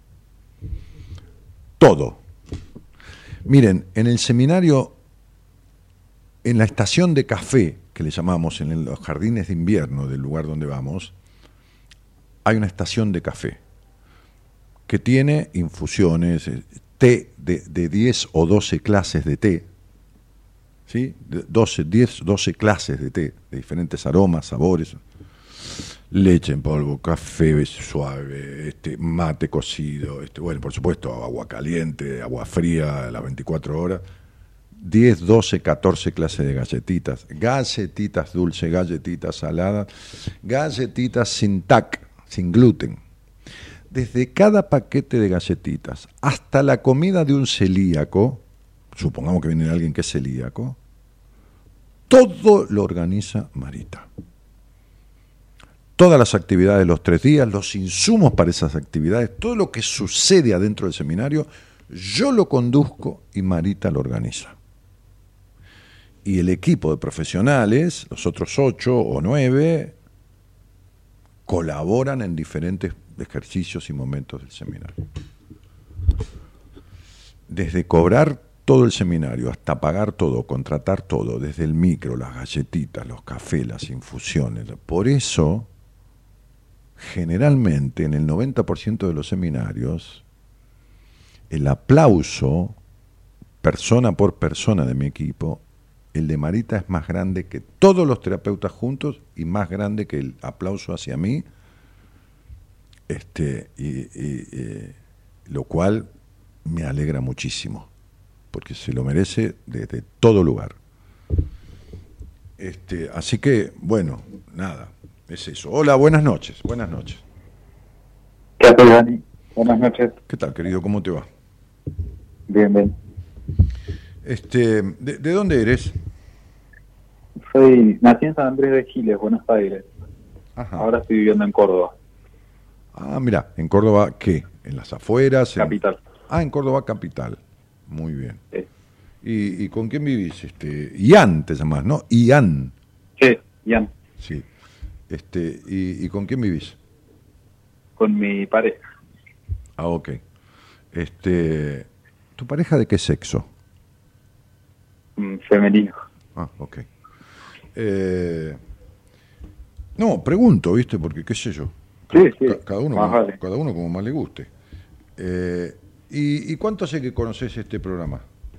Todo. Miren, en el seminario, en la estación de café, que le llamamos en los jardines de invierno del lugar donde vamos, hay una estación de café que tiene infusiones, té de, de diez o doce clases de té, ¿sí? De doce, diez, doce clases de té, de diferentes aromas, sabores, leche en polvo, café suave, este, mate cocido, este, bueno, por supuesto, agua caliente, agua fría a las veinticuatro horas, diez, doce, catorce clases de galletitas, galletitas dulces, galletitas saladas, galletitas sin tac, sin gluten. Desde cada paquete de galletitas hasta la comida de un celíaco, supongamos que viene alguien que es celíaco, todo lo organiza Marita. Todas las actividades de los tres días, los insumos para esas actividades, todo lo que sucede adentro del seminario, yo lo conduzco y Marita lo organiza. Y el equipo de profesionales, los otros ocho o nueve, colaboran en diferentes ejercicios y momentos del seminario. Desde cobrar todo el seminario hasta pagar todo, contratar todo, desde el micro, las galletitas, los cafés, las infusiones. Por eso, generalmente, en el noventa por ciento de los seminarios, el aplauso, persona por persona de mi equipo, el de Marita es más grande que todos los terapeutas juntos y más grande que el aplauso hacia mí, este, y, y, y, lo cual me alegra muchísimo, porque se lo merece desde todo lugar. Este, así que, bueno, nada, es eso. Hola, buenas noches, buenas noches. ¿Qué tal, Dani? Buenas noches. ¿Qué tal, querido? ¿Cómo te va? Bien, bien. Este, ¿de, de dónde eres? Soy, nací en San Andrés de Giles, Buenos Aires. Ajá. Ahora estoy viviendo en Córdoba. Ah, mira, ¿en Córdoba qué? ¿En las afueras? En... Capital. Ah, en Córdoba capital. Muy bien. Sí. ¿Y, y con quién vivís? Este, Ian te llamás, ¿no? Ian. Sí, Ian. Sí. Este, ¿y, ¿Y con quién vivís? Con mi pareja. Ah, ok. Este, ¿tu pareja de qué sexo? Mm, femenino. Ah, ok. Eh, no, pregunto, ¿viste? Porque qué sé yo. Sí, sí. Ca- Cada uno, Más como, vale. cada uno como más le guste. Eh, ¿y, ¿Y cuánto hace que conoces este programa?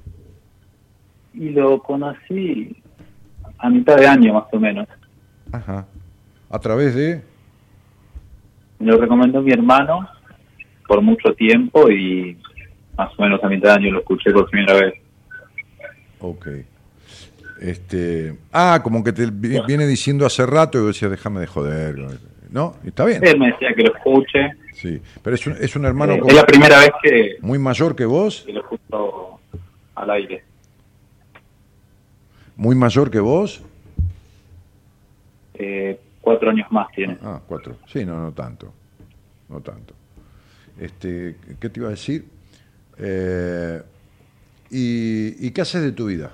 Y lo conocí a mitad de año más o menos. Ajá. ¿A través de...? Me lo recomendó mi hermano por mucho tiempo y más o menos a mitad de año lo escuché por primera vez. Ok. Este, ah, como que te vi- viene diciendo hace rato y vos decías, déjame de joder. ¿No? ¿Está bien? Él me decía que lo escuche. Sí. Pero es un, es un hermano Eh, con- es la primera vez que, muy mayor que vos. que lo escucho al aire. Muy mayor que vos. Eh, cuatro años más tiene. Ah, cuatro. Sí, no, no tanto. No tanto. Este, ¿qué te iba a decir? Eh, ¿y, ¿Y qué haces de tu vida?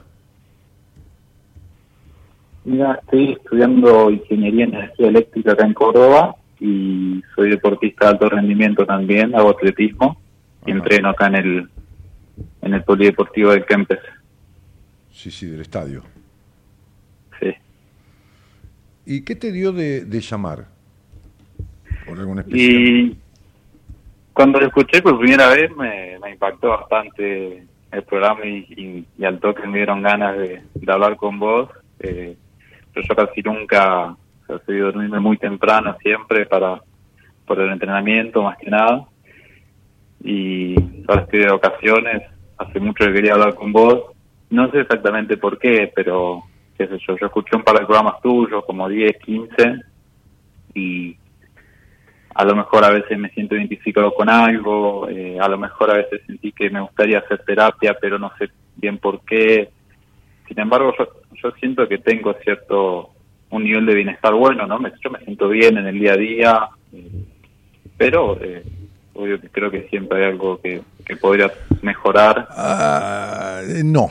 Mira, estoy estudiando ingeniería en energía eléctrica acá en Córdoba y soy deportista de alto rendimiento también, hago atletismo y Ajá. entreno acá en el en el polideportivo del Kempes. Sí, sí, del estadio. Sí. ¿Y qué te dio de, de llamar? ¿Por algún especial? Y cuando lo escuché por primera vez me, me impactó bastante el programa y, y, y al toque me dieron ganas de, de hablar con vos. Eh, pero yo casi nunca, o sea, soy de dormirme muy temprano siempre para por el entrenamiento más que nada. Y ahora estoy de vacaciones, hace mucho que quería hablar con vos. No sé exactamente por qué, pero qué sé yo, yo escuché un par de programas tuyos, como diez, quince, y a lo mejor a veces me siento identificado con algo, eh, a lo mejor a veces sentí que me gustaría hacer terapia, pero no sé bien por qué. Sin embargo, yo, yo siento que tengo cierto, un nivel de bienestar bueno, ¿no? Me, yo me siento bien en el día a día, eh, pero eh, obvio que creo que siempre hay algo que, que podría mejorar. Ah, no.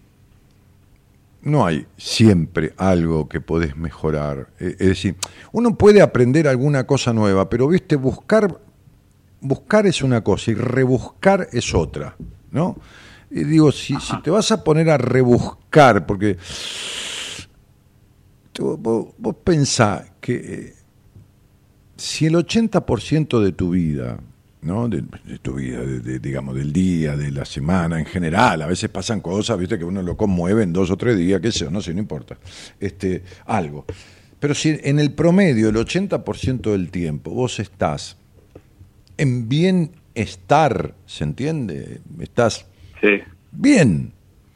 No hay siempre algo que podés mejorar. Eh, Es decir, uno puede aprender alguna cosa nueva, pero viste, buscar, buscar es una cosa y rebuscar es otra, ¿no? Y digo, si, si te vas a poner a rebuscar, porque tú- vos, vos pensás que eh, si el ochenta por ciento de tu vida, ¿no? De, de tu vida, de, de, digamos, del día, de la semana en general, a veces pasan cosas, viste, que uno lo conmueve en dos o tres días, qué sé yo, no sé, no importa, este, algo. Pero si en el promedio, el ochenta por ciento del tiempo, vos estás en bienestar, ¿se entiende? Estás Sí, bien.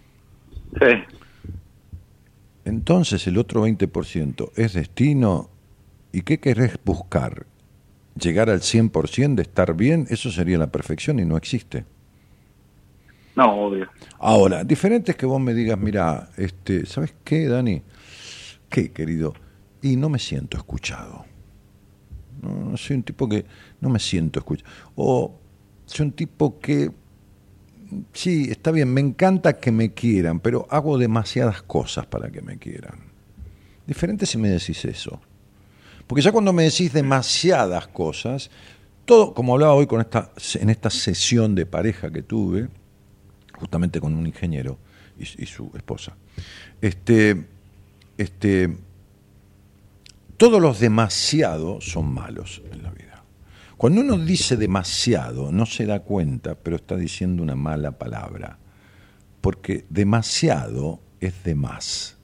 sí, Entonces el otro veinte por ciento es destino. ¿Y qué querés buscar? ¿Llegar al cien por ciento de estar bien? Eso sería la perfección y no existe. no, obvio. Ahora, diferente es que vos me digas, mira, este, ¿sabes qué, Dani? ¿Qué, querido? Y no me siento escuchado. No, no soy un tipo que no me siento escuchado. O soy un tipo que, sí, está bien, me encanta que me quieran, pero hago demasiadas cosas para que me quieran. Diferente si me decís eso. Porque ya cuando me decís demasiadas cosas, todo, como hablaba hoy con esta, en esta sesión de pareja que tuve, justamente con un ingeniero y, y su esposa, este, este, todos los demasiados son malos en la vida. Cuando uno dice demasiado, no se da cuenta, pero está diciendo una mala palabra, porque demasiado es de más.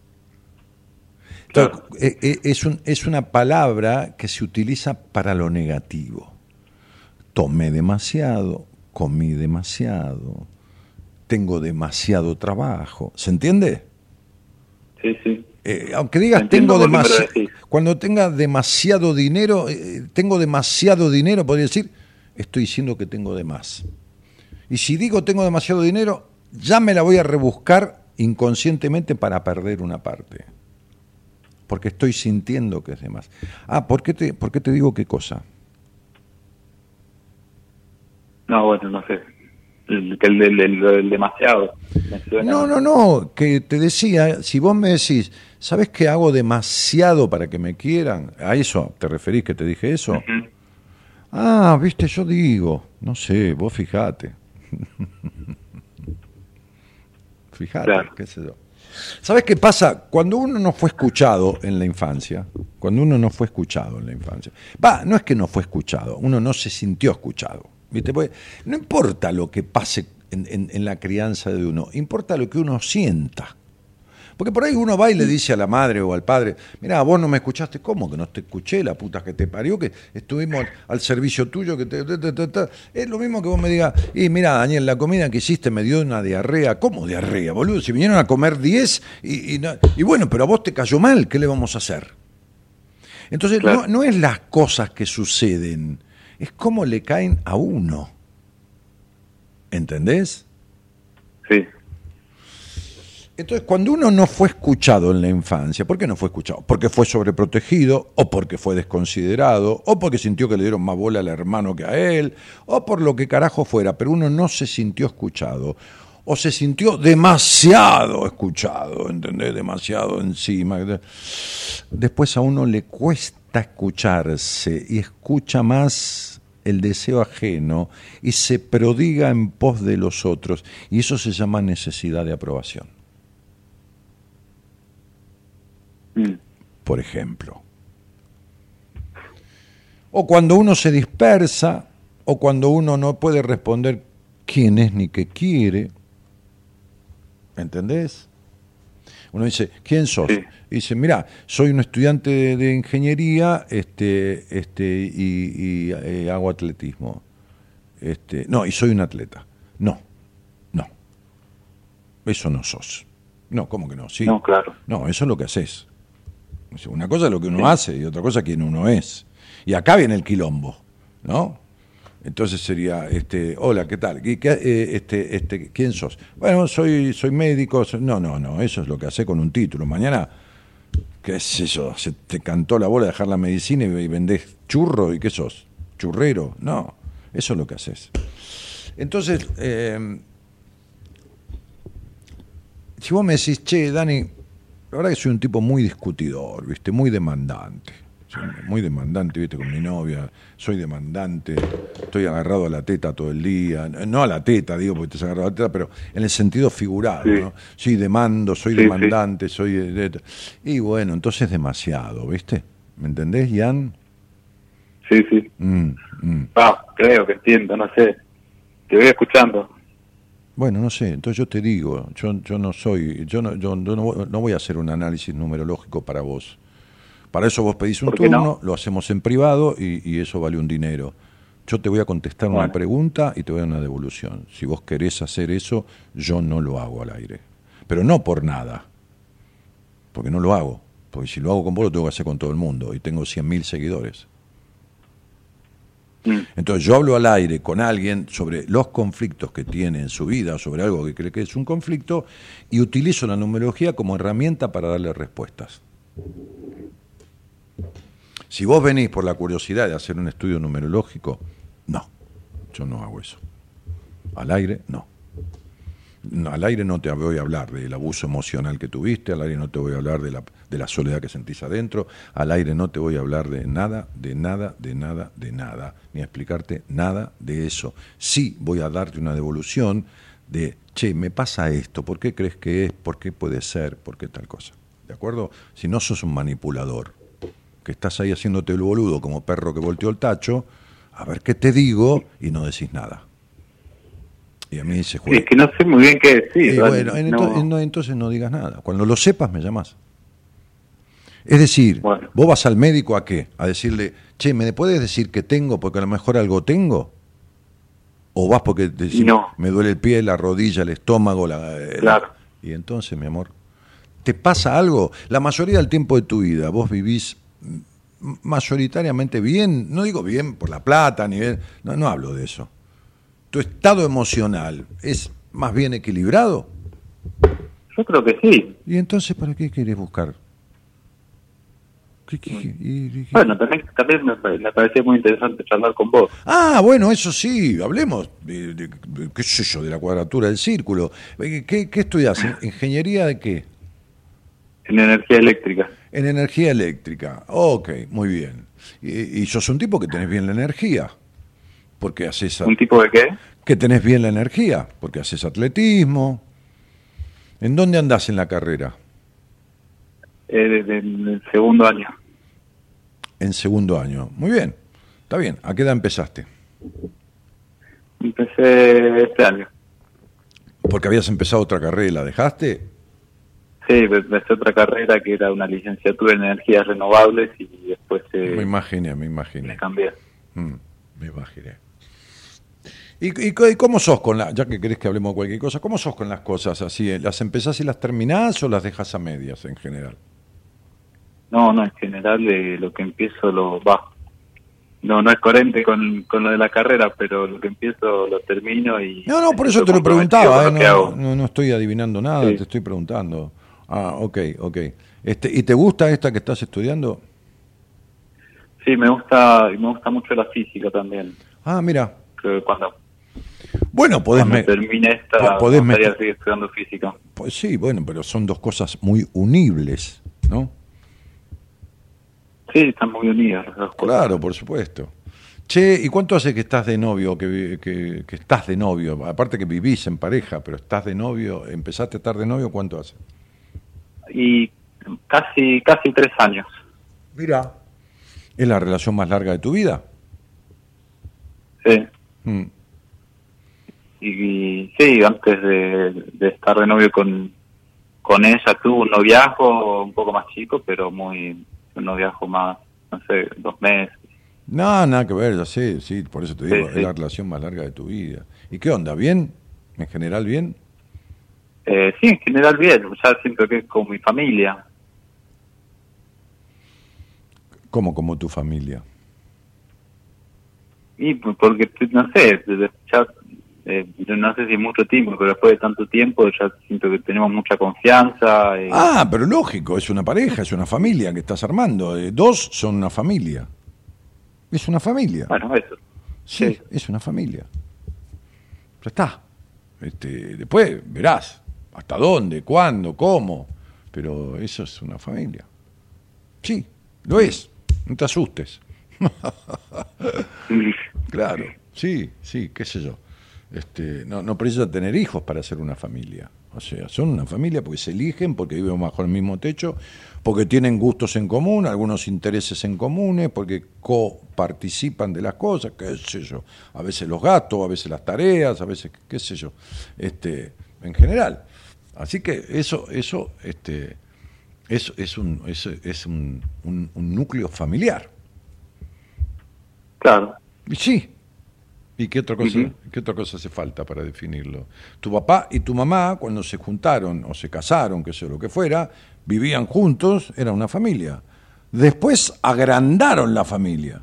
Claro. Entonces, es, un, es una palabra que se utiliza para lo negativo. Tomé demasiado, comí demasiado, tengo demasiado trabajo. ¿Se entiende? Sí, sí. Eh, aunque digas Entiendo tengo por qué me lo demasiado, decís. cuando tenga demasiado dinero, eh, tengo demasiado dinero, podría decir, estoy diciendo que tengo de más. Y si digo tengo demasiado dinero, ya me la voy a rebuscar inconscientemente para perder una parte. Porque estoy sintiendo que es de más. Ah, ¿por qué te, por qué te digo qué cosa? No, bueno, no sé. el, el, el, el, el demasiado. Me suena. No, no, no, que te decía, si vos me decís, ¿sabés que hago demasiado para que me quieran? ¿A eso te referís que te dije eso? Ujú. Ah, viste, yo digo, no sé, vos fijate. Fijate, Claro. qué sé yo. ¿Sabés qué pasa? Cuando uno no fue escuchado en la infancia, cuando uno no fue escuchado en la infancia, va, no es que no fue escuchado, uno no se sintió escuchado, ¿viste? Porque no importa lo que pase en, en, en la crianza de uno, importa lo que uno sienta. Porque por ahí uno va y le dice a la madre o al padre, mirá, vos no me escuchaste, ¿cómo que no te escuché? La puta que te parió, que estuvimos al servicio tuyo, que te... te, te, te, te. Es lo mismo que vos me digas, y mirá, Daniel, la comida que hiciste me dio una diarrea. ¿Cómo diarrea, boludo? Si vinieron a comer diez y, y, no, y bueno, pero a vos te cayó mal, ¿qué le vamos a hacer? Entonces, Claro. no, no es las cosas que suceden, es cómo le caen a uno. ¿Entendés? Sí. Entonces, cuando uno no fue escuchado en la infancia, ¿por qué no fue escuchado? Porque fue sobreprotegido, o porque fue desconsiderado, o porque sintió que le dieron más bola al hermano que a él, o por lo que carajo fuera, pero uno no se sintió escuchado, o se sintió demasiado escuchado, ¿entendés? Demasiado encima. Después a uno le cuesta escucharse y escucha más el deseo ajeno y se prodiga en pos de los otros, y eso se llama necesidad de aprobación. Por ejemplo. O cuando uno se dispersa, o cuando uno no puede responder quién es ni qué quiere. ¿Entendés? Uno dice, ¿quién sos? Sí. Y dice, mirá, soy un estudiante de, de ingeniería este, este, y, y eh, hago atletismo. Este, no, y soy un atleta. No, no. Eso no sos. No, ¿cómo que no? Sí. No, claro. No, eso es lo que haces. Una cosa es lo que uno hace y otra cosa es quién uno es. Y acá viene el quilombo, ¿no? Entonces sería, este, hola, ¿qué tal? ¿Qué, qué, eh, este, este, ¿Quién sos? Bueno, soy, soy médico. Soy... No, no, no, eso es lo que hace con un título. Mañana, qué sé yo, se te cantó la bola de dejar la medicina y, y vendés churro y ¿qué sos? ¿Churrero? No, eso es lo que haces. Entonces, eh, si vos me decís, che, Dani, la verdad que soy un tipo muy discutidor, ¿viste? Muy demandante. Soy muy demandante, ¿viste? Con mi novia. Soy demandante. Estoy agarrado a la teta todo el día. No a la teta, digo, porque te has agarrado a la teta, pero en el sentido figurado, Sí. ¿no? Sí, demando, soy Sí, demandante, soy... de- de- Y bueno, entonces demasiado, ¿viste? ¿Me entendés, Ian? Sí, sí. Mm, mm. Ah, creo que entiendo, no sé. Te voy escuchando. Bueno, no sé, entonces yo te digo, yo, yo no soy, yo no, yo no, no voy a hacer un análisis numerológico para vos. Para eso vos pedís un ¿Por qué turno, no? lo hacemos en privado y, y eso vale un dinero. Yo te voy a contestar una Bueno. pregunta y te voy a dar una devolución. Si vos querés hacer eso, yo no lo hago al aire. Pero no por nada, porque no lo hago. Porque si lo hago con vos, lo tengo que hacer con todo el mundo y tengo cien mil seguidores. Mm. Entonces yo hablo al aire con alguien sobre los conflictos que tiene en su vida, sobre algo que cree que es un conflicto, y utilizo la numerología como herramienta para darle respuestas. Si vos venís por la curiosidad de hacer un estudio numerológico, no, yo no hago eso. Al aire, no. No, al aire no te voy a hablar del abuso emocional que tuviste, al aire no te voy a hablar de la, de la soledad que sentís adentro, al aire no te voy a hablar de nada, de nada, de nada, de nada, ni a explicarte nada de eso. Sí voy a darte una devolución de, che, me pasa esto, ¿por qué crees que es? ¿Por qué puede ser? ¿Por qué tal cosa? ¿De acuerdo? Si no sos un manipulador, que estás ahí haciéndote el boludo como perro que volteó el tacho, a ver qué te digo y no decís nada. Y a mí dice, Sí, es que no sé muy bien qué decir. y ¿vale? bueno, en No. ento- no, entonces no digas nada. Cuando lo sepas, me llamás. Es decir, Bueno. vos vas al médico ¿a qué? A decirle, che, ¿me puedes decir que tengo porque a lo mejor algo tengo? ¿O vas porque decís, No. me duele el pie, la rodilla, el estómago? La, eh, Claro. Y entonces, mi amor, ¿te pasa algo? La mayoría del tiempo de tu vida vos vivís mm, mayoritariamente bien, no digo bien por la plata, ni bien, no, no hablo de eso. ¿Tu estado emocional es más bien equilibrado? Yo creo que sí. ¿Y entonces para qué querés buscar? ¿Qué, qué, qué? ¿Y, y, Bueno, también, también me, me parecía muy interesante charlar con vos. Ah, bueno, eso sí, hablemos, de, de, de, qué sé yo, de la cuadratura del círculo. ¿Qué, qué estudias? ¿Ingeniería de qué? En energía eléctrica. En energía eléctrica. Ok, muy bien. Y, y sos un tipo que tenés bien la energía. Porque haces... ¿Un tipo de qué? Que tenés bien la energía, porque haces atletismo. ¿En dónde andás en la carrera? Eh, desde el segundo año. En segundo año. Muy bien. Está bien. ¿A qué edad empezaste? Empecé este año. Porque habías empezado otra carrera y la dejaste. Sí, empecé otra carrera que era una licenciatura en energías renovables y después eh, me imaginé, me imaginé. me cambié. Mm, me imaginé. ¿Y, y, ¿Y cómo sos con la, ya que querés que hablemos de cualquier cosa, cómo sos con las cosas así? ¿Las empezás y las terminás o las dejas a medias en general? No, no, en general eh, lo que empiezo lo va. No, no es coherente con, con lo de la carrera, pero lo que empiezo lo termino y... No, no, por eso te lo preguntaba, eh, no, no, no estoy adivinando nada, sí. Te estoy preguntando. Ah, ok, ok. Este, ¿Y te gusta esta que estás estudiando? Sí, me gusta, me gusta mucho la física también. Ah, mira. Que cuando bueno, podés cuando me, termine esta, podés me gustaría me, seguir estudiando física. Pues sí, bueno, pero son dos cosas muy unibles, ¿no? Sí, están muy unidas las dos cosas. Claro, por supuesto. Che, ¿y cuánto hace que estás de novio, que, que, que estás de novio? Aparte que vivís en pareja, pero estás de novio, ¿empezaste a estar de novio? ¿Cuánto hace? Y casi casi tres años. Mira. ¿Es la relación más larga de tu vida? Sí. Mm. Y, y sí, antes de, de estar de novio con, con ella, tuve un noviazgo un poco más chico, pero muy un noviazgo más, no sé, dos meses. No, nada que ver, ya sé, sí, por eso te digo, Sí, es sí. la relación más larga de tu vida. ¿Y qué onda? ¿Bien? ¿En general bien? Eh, sí, en general bien, ya siento que es como mi familia. ¿Cómo como tu familia? Y porque, no sé, ya, eh, no sé si mucho tiempo, pero después de tanto tiempo ya siento que tenemos mucha confianza. Eh. Ah, pero lógico, es una pareja, es una familia que estás armando. Eh, dos son una familia. Es una familia. Bueno, eso. Sí, sí. es una familia. Ya está. Este, después verás hasta dónde, cuándo, cómo, pero eso es una familia. Sí, lo es. No te asustes. Claro, sí, sí, qué sé yo. Este, no, no precisa tener hijos para ser una familia. O sea, son una familia porque se eligen, porque viven bajo el mismo techo, porque tienen gustos en común, algunos intereses en comunes, porque coparticipan de las cosas, qué sé yo. A veces los gastos, a veces las tareas, a veces qué sé yo. Este, en general. Así que eso, eso, este, eso es un, es, es un, un, un núcleo familiar. Claro. Y sí. ¿Y qué otra cosa, uh-huh. qué otra cosa hace falta para definirlo? Tu papá y tu mamá, cuando se juntaron o se casaron, que sea lo que fuera, vivían juntos, era una familia. Después agrandaron la familia.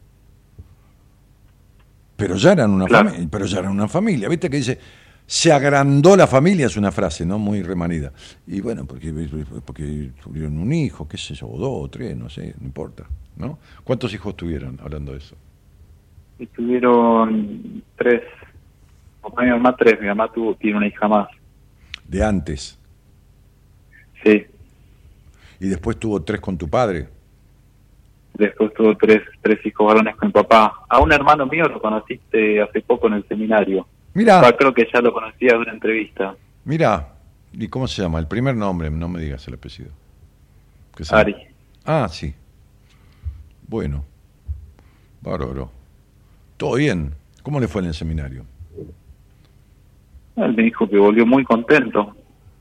Pero ya eran una claro. familia, pero ya eran una familia. ¿Viste que dice se agrandó la familia? Es una frase, ¿no? Muy remanida. Y bueno, porque porque tuvieron un hijo, qué sé yo, o dos, o tres, no sé, no importa, ¿no? ¿Cuántos hijos tuvieron hablando de eso? Y tuvieron tres, o mi mamá tres, mi mamá tuvo, tiene una hija más. ¿De antes? Sí. ¿Y después tuvo tres con tu padre? Después tuvo tres, tres hijos varones con mi papá. A un hermano mío lo conociste hace poco en el seminario. Mira. Ah, creo que ya lo conocía de una entrevista. Mira, ¿y cómo se llama? El primer nombre, no me digas el apellido. ¿Qué se Ari. llama? Ah, sí. Bueno, bárbaro. Todo bien. ¿Cómo le fue en el seminario? Él me dijo que volvió muy contento.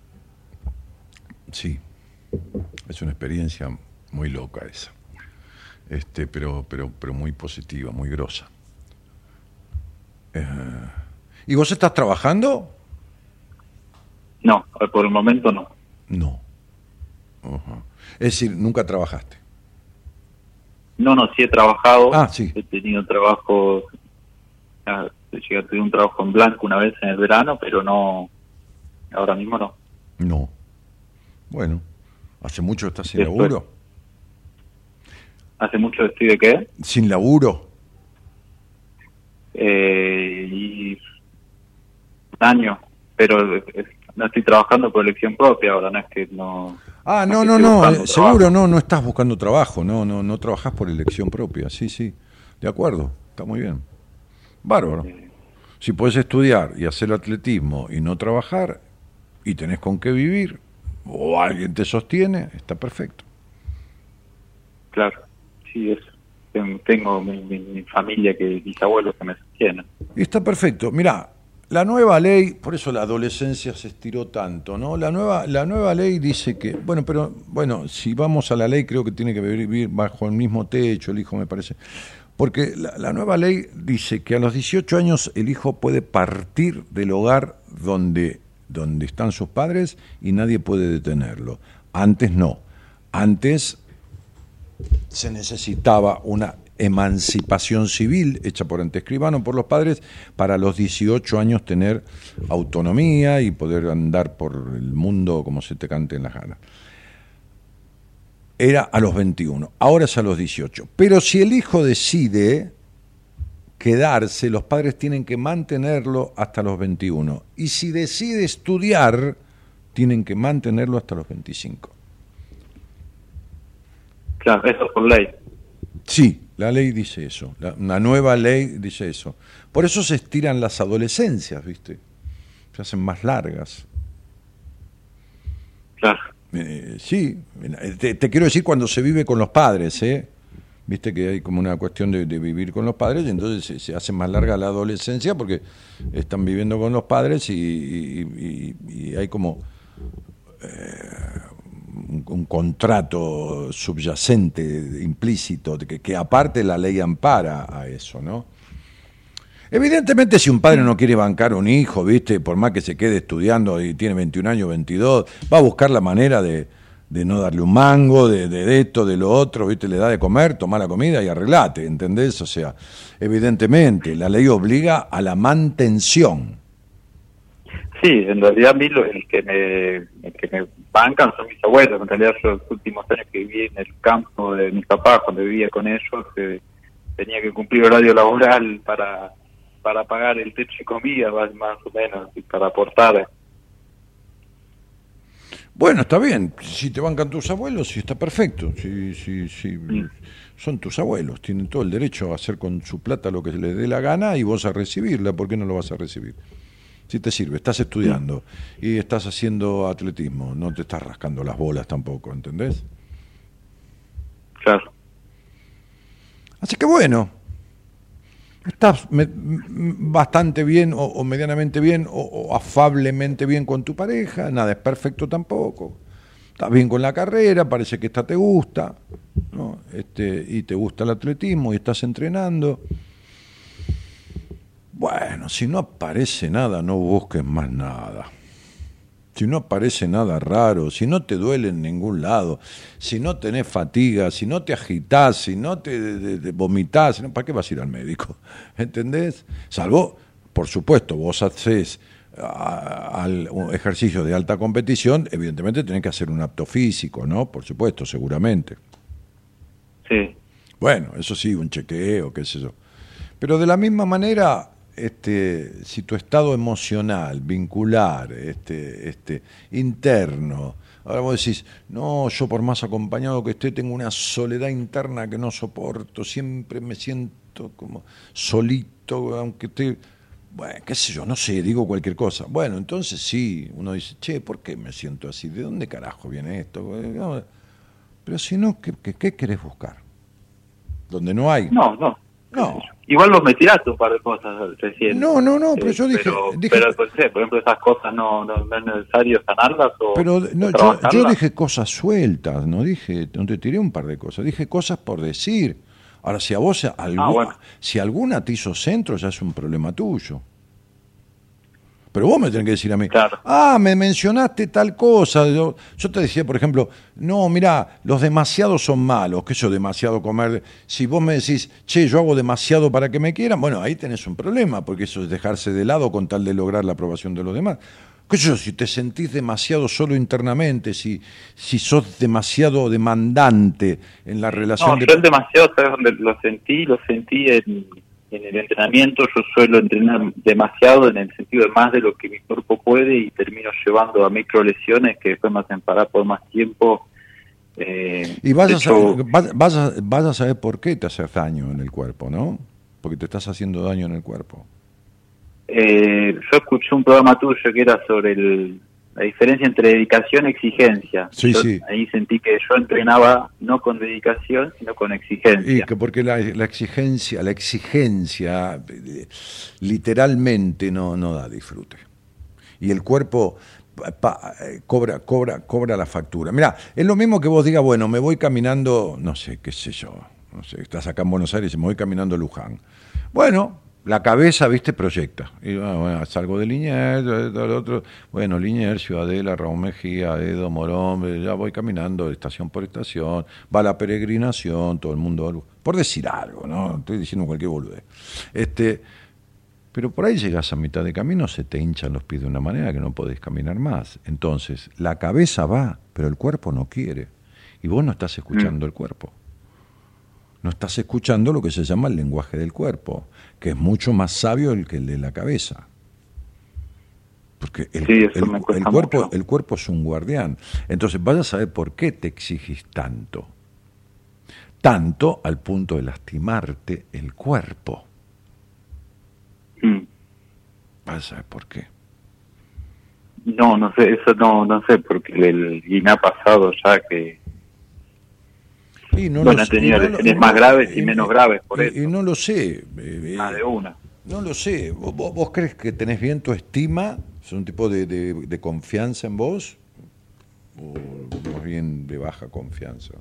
Sí. Es una experiencia muy loca esa. Este, pero, pero, pero muy positiva, muy grosa. Eh, ¿Y vos estás trabajando? No, por el momento no. No. Uh-huh. Es decir, nunca trabajaste. No, no, sí he trabajado. Ah, sí. He tenido trabajo, llegué a tener un trabajo en blanco una vez en el verano, pero no, ahora mismo no. No. Bueno, ¿hace mucho estás sin Después, laburo? ¿Hace mucho estoy de qué? ¿Sin laburo? Eh, y un año, pero eh, no estoy trabajando por elección propia ahora, no es que no... Ah, no, no, no, no, no, eh, seguro no, no estás buscando trabajo, no, no, no trabajás por elección propia, sí, sí, de acuerdo, está muy bien. Bárbaro. Eh, Si podés estudiar y hacer atletismo y no trabajar, y tenés con qué vivir, o alguien te sostiene, está perfecto. claro, sí, eso. Ten- Tengo mi, mi, mi familia, que mis abuelos que me sostienen. Y está perfecto. Mirá, la nueva ley, por eso la adolescencia se estiró tanto, ¿no? La nueva, la nueva ley dice que, bueno, pero, bueno, si vamos a la ley, creo que tiene que vivir bajo el mismo techo, el hijo, me parece. Porque la, la nueva ley dice que a los dieciocho años el hijo puede partir del hogar donde, donde están sus padres y nadie puede detenerlo. Antes no. Antes se necesitaba una emancipación civil hecha por anteescribano, por los padres, para a los dieciocho años tener autonomía y poder andar por el mundo como se te cante en las ganas. Era a los veintiuno, ahora es a los dieciocho. Pero si el hijo decide quedarse, los padres tienen que mantenerlo hasta los veintiuno. Y si decide estudiar, tienen que mantenerlo hasta los veinticinco. Claro, eso es por ley. Sí, la ley dice eso, la, la nueva ley dice eso. Por eso se estiran las adolescencias, ¿viste? Se hacen más largas. Claro. Eh, sí, te, te quiero decir cuando se vive con los padres, ¿eh? Viste que hay como una cuestión de, de vivir con los padres y entonces se, se hace más larga la adolescencia porque están viviendo con los padres y, y, y, y hay como... Eh, Un, un contrato subyacente, implícito, de que, que aparte la ley ampara a eso, ¿no? Evidentemente, si un padre no quiere bancar a un hijo, ¿viste? Por más que se quede estudiando y tiene veintiún años, veintidós, va a buscar la manera de, de no darle un mango, de, de esto, de lo otro, ¿viste? Le da de comer, toma la comida y arreglate, ¿entendés? O sea, evidentemente, la ley obliga a la mantención. Sí, en realidad a mí lo, el que me el que me bancan son mis abuelos. En realidad yo los últimos años que viví en el campo de mis papás, cuando vivía con ellos, eh, tenía que cumplir horario laboral para para pagar el techo y comida, más, más o menos, y para aportar. Bueno, está bien, si te bancan tus abuelos, sí está perfecto, sí, sí, sí. Mm. Son tus abuelos, tienen todo el derecho a hacer con su plata lo que les dé la gana y vos a recibirla, ¿por qué no lo vas a recibir? Si te sirve, estás estudiando y estás haciendo atletismo, no te estás rascando las bolas tampoco, ¿entendés? Claro. Así que bueno, estás me, bastante bien o, o medianamente bien o, o afablemente bien con tu pareja, nada es perfecto tampoco. Estás bien con la carrera, parece que esta te gusta, ¿no? Este, y te gusta el atletismo y estás entrenando. Bueno, si no aparece nada, no busques más nada. Si no aparece nada raro, si no te duele en ningún lado, si no tenés fatiga, si no te agitás, si no te, te, te vomitás, ¿para qué vas a ir al médico? ¿Entendés? Salvo, por supuesto, vos hacés a, al ejercicio de alta competición, evidentemente tenés que hacer un apto físico, ¿no? Por supuesto, seguramente. Sí. Bueno, eso sí, un chequeo, qué sé yo. Pero de la misma manera... Este, si tu estado emocional, vincular, este, este, interno, ahora vos decís, no, yo por más acompañado que esté, tengo una soledad interna que no soporto, siempre me siento como solito, aunque esté, bueno, qué sé yo, no sé, digo cualquier cosa. Bueno, entonces sí, uno dice, che, ¿por qué me siento así? ¿De dónde carajo viene esto? Pero si no, ¿qué, qué, qué querés buscar? ¿Donde no hay? No, no. No. Igual vos me tiraste un par de cosas recién. No, no, no, pero eh, yo dije... Pero, dije, pero por ejemplo, esas cosas no, no, no es necesario sanarlas o... Pero no, yo, yo dije cosas sueltas, no dije, no te tiré un par de cosas, dije cosas por decir. Ahora, si a vos, algún, ah, bueno. si alguna te hizo centro, ya es un problema tuyo. Pero vos me tenés que decir a mí, claro. ah, me mencionaste tal cosa. Yo, yo te decía, por ejemplo, no, mirá, los demasiados son malos, que yo demasiado comer. Si vos me decís, che, yo hago demasiado para que me quieran, bueno, ahí tenés un problema, porque eso es dejarse de lado con tal de lograr la aprobación de los demás. qué sé yo, si te sentís demasiado solo internamente, si, si sos demasiado demandante en la relación... No, de... yo el demasiado, ¿sabes dónde lo sentí? Lo sentí en, en el entrenamiento. Yo suelo entrenar demasiado en el sentido de más de lo que mi cuerpo puede y termino llevando a micro lesiones que después me hacen parar por más tiempo. Eh, y vas a, hecho, saber, vas, vas, a, vas a saber por qué te haces daño en el cuerpo, ¿no? Porque te estás haciendo daño en el cuerpo. Eh, yo escuché un programa tuyo que era sobre el, la diferencia entre dedicación y exigencia. Sí, yo, sí. Ahí sentí que yo entrenaba no con dedicación, sino con exigencia. Y que porque la, la exigencia, la exigencia literalmente no, no da disfrute. Y el cuerpo pa, cobra, cobra, cobra la factura. Mirá, es lo mismo que vos digas, bueno, me voy caminando, no sé, qué sé yo, no sé, estás acá en Buenos Aires y me voy caminando a Luján. Bueno, la cabeza, viste, proyecta. Y bueno, bueno, salgo de Liniers, todo lo otro. Bueno, Liniers, Ciudadela, Raúl Mejía, Edo, Morón, ya voy caminando estación por estación, va la peregrinación, todo el mundo, por decir algo, ¿no? Estoy diciendo cualquier boludez. Este, pero por ahí llegas a mitad de camino, se te hinchan los pies de una manera que no podés caminar más. Entonces, la cabeza va, pero el cuerpo no quiere. Y vos no estás escuchando mm. el cuerpo. No estás escuchando lo que se llama el lenguaje del cuerpo, que es mucho más sabio que el de la cabeza. Porque el, sí, el, el, cuerpo, el cuerpo es un guardián. Entonces vas a saber por qué te exigís tanto. Tanto al punto de lastimarte el cuerpo. Mm. Vas a saber por qué. No, no sé, eso no, no sé, porque el, y me ha pasado ya que Y no bueno, lo, ha tenido y no lesiones lo, más graves y, y menos graves por y, eso. Y no lo sé. Eh, más de una. No lo sé. ¿Vos, vos crees que tenés bien tu estima? ¿Es un tipo de, de, de confianza en vos? ¿O más bien de baja confianza?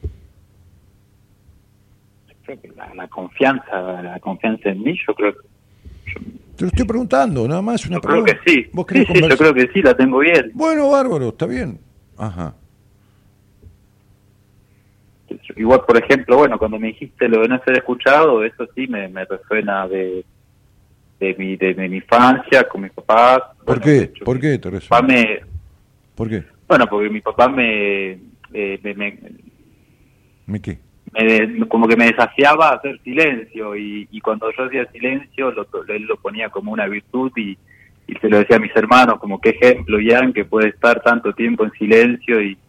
Creo que la, la confianza, la confianza en mí, yo creo que... Yo, Te lo estoy preguntando, nada más una yo pregunta. creo que sí. ¿Vos Sí, sí, yo creo que sí, la tengo bien. Bueno, bárbaro, está bien. Ajá. Igual, por ejemplo, bueno, cuando me dijiste lo de no ser escuchado, eso sí me, me resuena de, de mi de, de mi infancia, con mis papás. ¿Por bueno, qué? hecho, ¿Por qué te resuena? Me, ¿Por qué? Bueno, porque mi papá me... Eh, me, me ¿Me qué? Me, como que me desafiaba a hacer silencio y, y cuando yo hacía silencio lo, él lo ponía como una virtud y, y se lo decía a mis hermanos como qué ejemplo, Ian, que puede estar tanto tiempo en silencio y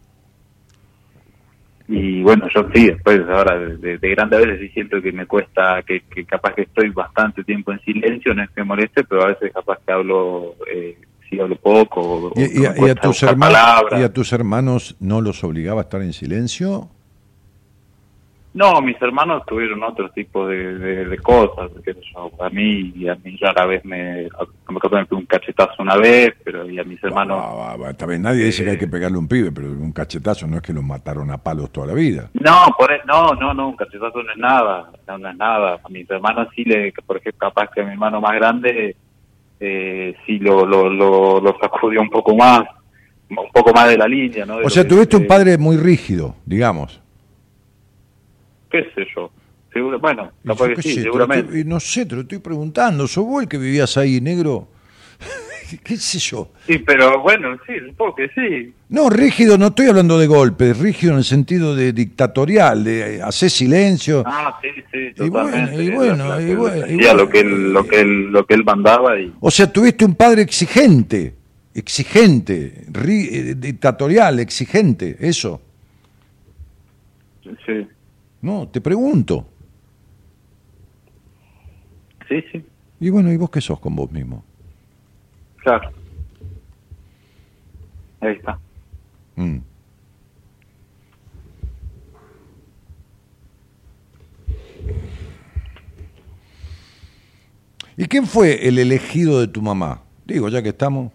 y bueno, yo sí, después ahora de, de grandes veces sí siento que me cuesta, que, que capaz que estoy bastante tiempo en silencio, no es que me moleste, pero a veces capaz que hablo, eh, sí hablo poco. O, ¿Y, y, o y, a tus hermanos, ¿Y a tus hermanos no los obligaba a estar en silencio? No, mis hermanos tuvieron otro tipo de, de, de cosas, qué sé yo, a mí, y a mí rara vez me, me me un cachetazo una vez, pero y a mis hermanos... Ah, ah, está bien, nadie eh, dice que hay que pegarle un pibe, pero un cachetazo no es que los mataron a palos toda la vida. No, por, no, no, no, un cachetazo no es nada, no, no es nada. A mis hermanos sí, le, por ejemplo, capaz que a mi hermano más grande eh, sí lo, lo, lo, lo sacudió un poco más, un poco más de la línea, ¿no? De o sea, que, tuviste de, un padre muy rígido, digamos. ¿Qué sé yo? Seguro, bueno, capaz que sí, sé, seguramente. Estoy, no sé, te lo estoy preguntando. ¿Sos vos el que vivías ahí, negro? ¿Qué sé yo? Sí, pero bueno, sí, supongo que sí. No, rígido, no estoy hablando de golpes, rígido en el sentido de dictatorial, de hacer silencio. Ah, sí, sí, totalmente. Y bueno, y bueno, y bueno. Y bueno lo que él, lo que él, lo que él mandaba y... O sea, tuviste un padre exigente, exigente, ri, dictatorial, exigente, eso. Sí. No, te pregunto. Sí, sí. Y bueno, ¿y vos qué sos con vos mismo? Claro. Ahí está. Mm. ¿Y quién fue el elegido de tu mamá? Digo, ya que estamos.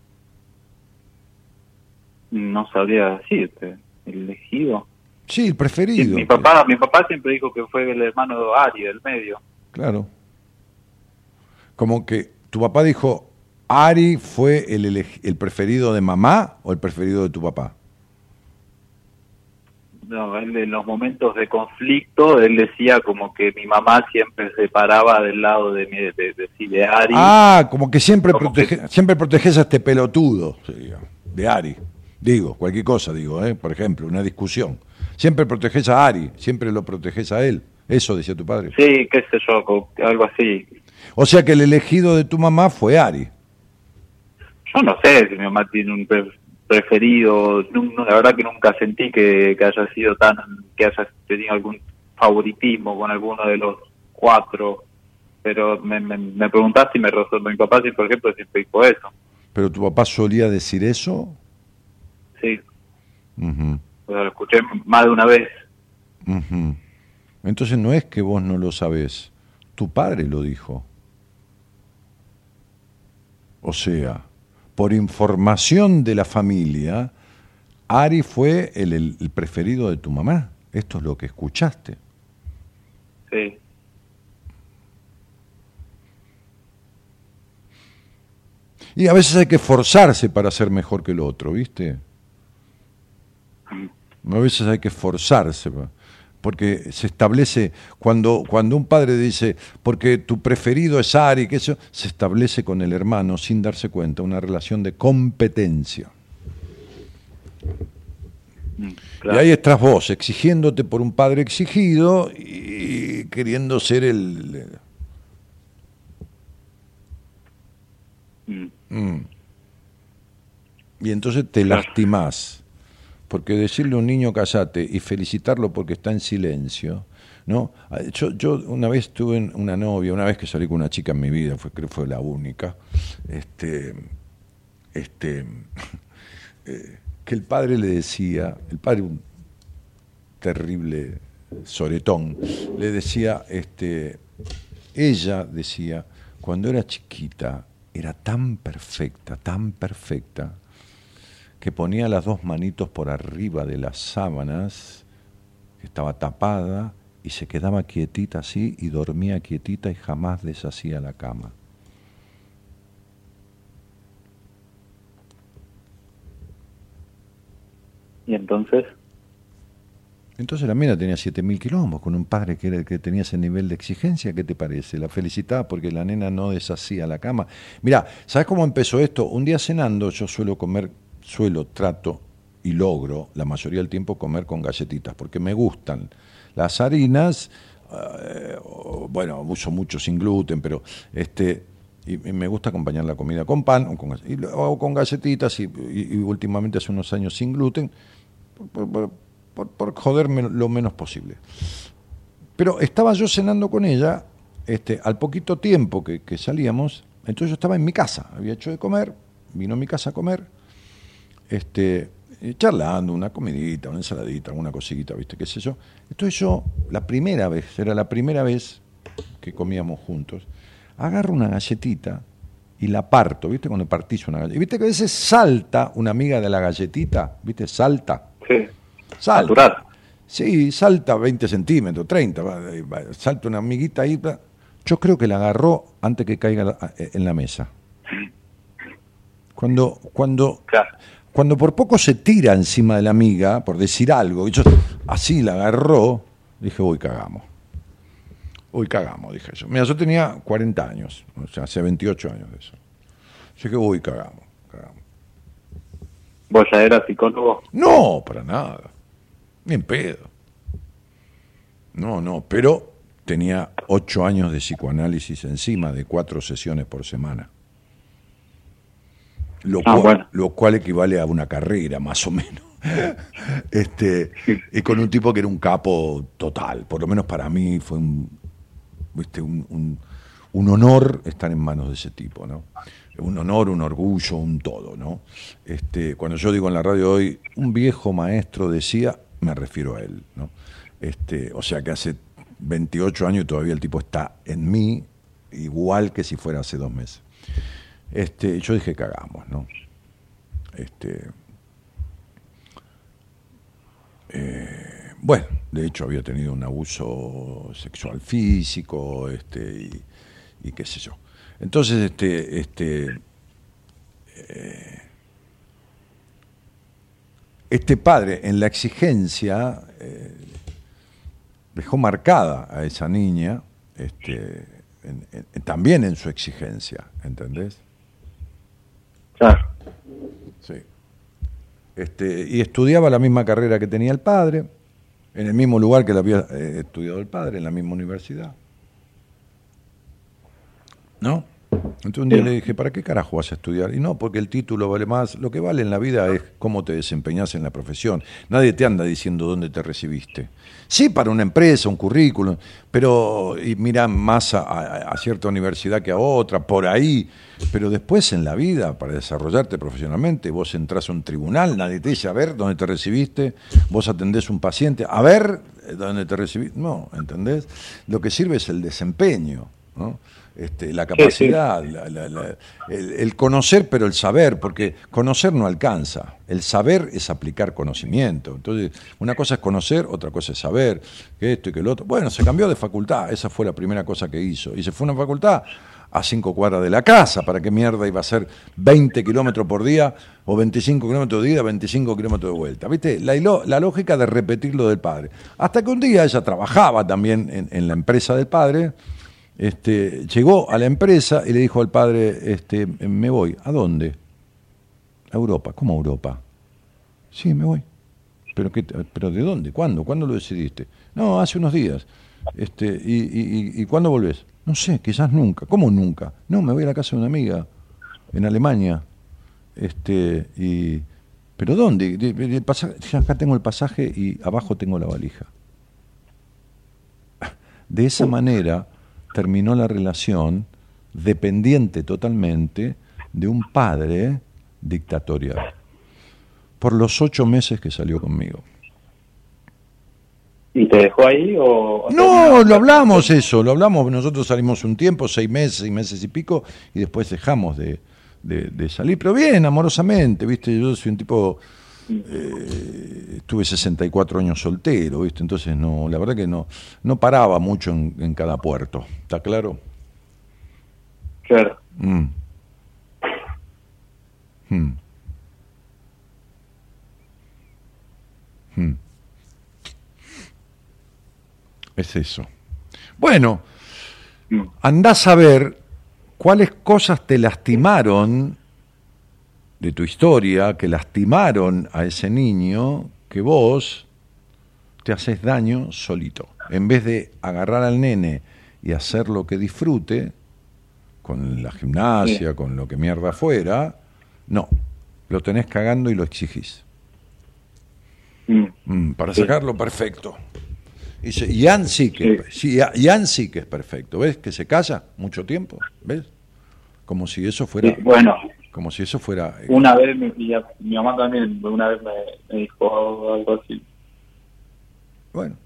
No sabría decirte. ¿El elegido? Sí, el preferido. Sí, mi papá, mi papá siempre dijo que fue el hermano de Ari, del medio. Claro. Como que tu papá dijo, Ari fue el, el preferido de mamá o el preferido de tu papá. no, él en los momentos de conflicto, él decía como que mi mamá siempre se paraba del lado de mi, de, de, de, de Ari. Ah, como que siempre Como protege, que- siempre proteges a este pelotudo, sería, de Ari. Digo, cualquier cosa, digo, ¿eh? Por ejemplo, una discusión. Siempre proteges a Ari, siempre lo proteges a él. Eso decía tu padre. Sí, qué sé yo, co- algo así. O sea que el elegido de tu mamá fue Ari. Yo no sé si mi mamá tiene un pre- preferido, no, no, la verdad que nunca sentí que, que haya sido tan, que haya tenido algún favoritismo con alguno de los cuatro, pero me, me, me preguntaste y me razonó. Mi papá, sí, por ejemplo, siempre dijo eso, ¿Pero tu papá solía decir eso? sí, Ujú, o sea, lo escuché más de una vez. ujú. Entonces no es que vos no lo sabés, tu padre lo dijo. O sea, por información de la familia, Ari fue el, el- el preferido de tu mamá. Esto es lo que escuchaste. Sí, Y a veces hay que forzarse para ser mejor que el otro, ¿viste? A veces hay que forzarse, pa- porque se establece, cuando, cuando un padre dice, porque tu preferido es Ari, que eso, se establece con el hermano sin darse cuenta, una relación de competencia. mm, Y claro. ahí estás vos, exigiéndote por un padre exigido y queriendo ser el... Mm, Mm. Y entonces te Claro. lastimás, porque decirle a un niño callate y felicitarlo porque está en silencio, ¿no? Yo, yo una vez tuve una novia, una vez que salí con una chica en mi vida, fue, creo que fue la única, este, este, eh, que el padre le decía, el padre un terrible soretón, le decía, este, ella decía, cuando era chiquita, era tan perfecta, tan perfecta, que ponía las dos manitos por arriba de las sábanas, que estaba tapada, y se quedaba quietita así, y dormía quietita y jamás deshacía la cama. Y entonces, Entonces la mina tenía siete mil quilombos con un padre que, era, que tenía ese nivel de exigencia. ¿Qué te parece? La felicitaba porque la nena no deshacía la cama. Mirá, ¿sabes cómo empezó esto? Un día cenando yo suelo comer, suelo, trato y logro la mayoría del tiempo comer con galletitas porque me gustan las harinas. Eh, bueno, uso mucho sin gluten, pero este... Y y me gusta acompañar la comida con pan o con, gall- y lo hago con galletitas y, y- y últimamente hace unos años sin gluten por, por- por- por, por joderme lo menos posible. Pero estaba yo cenando con ella, este, al poquito tiempo que, que salíamos, entonces yo estaba en mi casa, había hecho de comer, vino a mi casa a comer, este, eh, charlando, una comidita, una ensaladita, alguna cosita, ¿viste? ¿Qué sé yo? Entonces yo, la primera vez, era la primera vez que comíamos juntos, agarro una galletita y la parto, ¿viste? Cuando partís una galletita. ¿Viste que a veces salta una amiga de la galletita? ¿Viste? Salta. sí, Salta. natural. Sí, salta veinte centímetros, treinta, va, va, salta una amiguita ahí. Va. Yo creo que la agarró antes que caiga la- en la mesa. Cuando, cuando, Claro. cuando por poco se tira encima de la amiga, por decir algo, y yo así la agarró, dije, uy, cagamos. Uy, cagamos, dije yo. Mira, yo tenía cuarenta años, o sea, hace veintiocho años de eso. Yo dije, uy, cagamos, cagamos. ¿Vos ya eras psicólogo? No, para nada. Ni en pedo. No, no, pero tenía ocho años de psicoanálisis encima, de cuatro sesiones por semana. Lo, Ah, cual, bueno. lo cual equivale a una carrera, más o menos. este, y con un tipo que era un capo total. Por lo menos para mí fue un, ¿viste? un, un, un honor estar en manos de ese tipo, ¿no? Un honor, un orgullo, un todo, ¿no? Este, cuando yo digo en la radio hoy, un viejo maestro decía, me refiero a él, ¿no? Este, o sea que hace veintiocho años y todavía el tipo está en mí, igual que si fuera hace dos meses. Este, yo dije, cagamos, ¿no? Este, eh, bueno, de hecho había tenido un abuso sexual físico, este, y, y qué sé yo. Entonces, este, este, eh, este padre en la exigencia eh, dejó marcada a esa niña, este, en, en, también en su exigencia, ¿entendés? Claro. Sí. Este, y estudiaba la misma carrera que tenía el padre, en el mismo lugar que la había eh, estudiado el padre, en la misma universidad. ¿No? Entonces un día le dije, ¿para qué carajo vas a estudiar? Y no, porque el título vale más. Lo que vale en la vida es cómo te desempeñas en la profesión. Nadie te anda diciendo dónde te recibiste. Sí, para una empresa, un currículum, pero y mira más a, a, a cierta universidad que a otra, por ahí. Pero después en la vida, para desarrollarte profesionalmente, vos entrás a un tribunal, nadie te dice, a ver, ¿dónde te recibiste? Vos atendés un paciente, a ver, ¿dónde te recibiste? No, ¿entendés? Lo que sirve es el desempeño, ¿no? Este, la capacidad, sí, sí. La, la, la, el, el conocer, pero el saber, porque conocer no alcanza. El saber es aplicar conocimiento. Entonces, una cosa es conocer, otra cosa es saber, que esto y que lo otro. Bueno, se cambió de facultad, esa fue la primera cosa que hizo. Y se fue a una facultad a cinco cuadras de la casa. ¿Para qué mierda iba a ser veinte kilómetros por día o veinticinco kilómetros de ida, veinticinco kilómetros de vuelta? ¿Viste? La, la lógica de repetir lo del padre. Hasta que un día ella trabajaba también en, en la empresa del padre. Este, llegó a la empresa y le dijo al padre, este, me voy. ¿A dónde? A Europa. ¿Cómo a Europa? Sí, me voy. ¿Pero qué, pero de dónde? ¿Cuándo? ¿Cuándo lo decidiste? No, hace unos días. Este, ¿y, y, y cuándo volvés? No sé, quizás nunca. ¿Cómo nunca? No, me voy a la casa de una amiga en Alemania. Este, y, ¿pero dónde? El pasaje, acá tengo el pasaje y abajo tengo la valija. De esa manera terminó la relación dependiente totalmente de un padre dictatorial. Por los ocho meses que salió conmigo. ¿Y te dejó ahí o...? No, lo hablamos eso, lo hablamos. Nosotros salimos un tiempo, seis meses, seis meses y pico, y después dejamos de, de, de salir. Pero bien, amorosamente, ¿viste? Yo soy un tipo... Eh, estuve sesenta y cuatro años soltero, ¿viste? Entonces no, la verdad que no no paraba mucho en, en cada puerto, ¿está claro? Claro. Mm. Mm. Mm. Es eso. Bueno, mm. andás a ver cuáles cosas te lastimaron de tu historia, que lastimaron a ese niño, que vos te haces daño solito. En vez de agarrar al nene y hacer lo que disfrute, con la gimnasia, sí, con lo que mierda fuera, no, lo tenés cagando y lo exigís. Mm. Mm, para sí. sacarlo perfecto. Y se, Ian sí que, sí. Sí, Ian sí que es perfecto. ¿Ves que se calla mucho tiempo? ¿Ves? Como si eso fuera... Sí, bueno... Como si eso fuera... Eh... Una vez, mi, mi mamá también, una vez me, me dijo algo así. Bueno.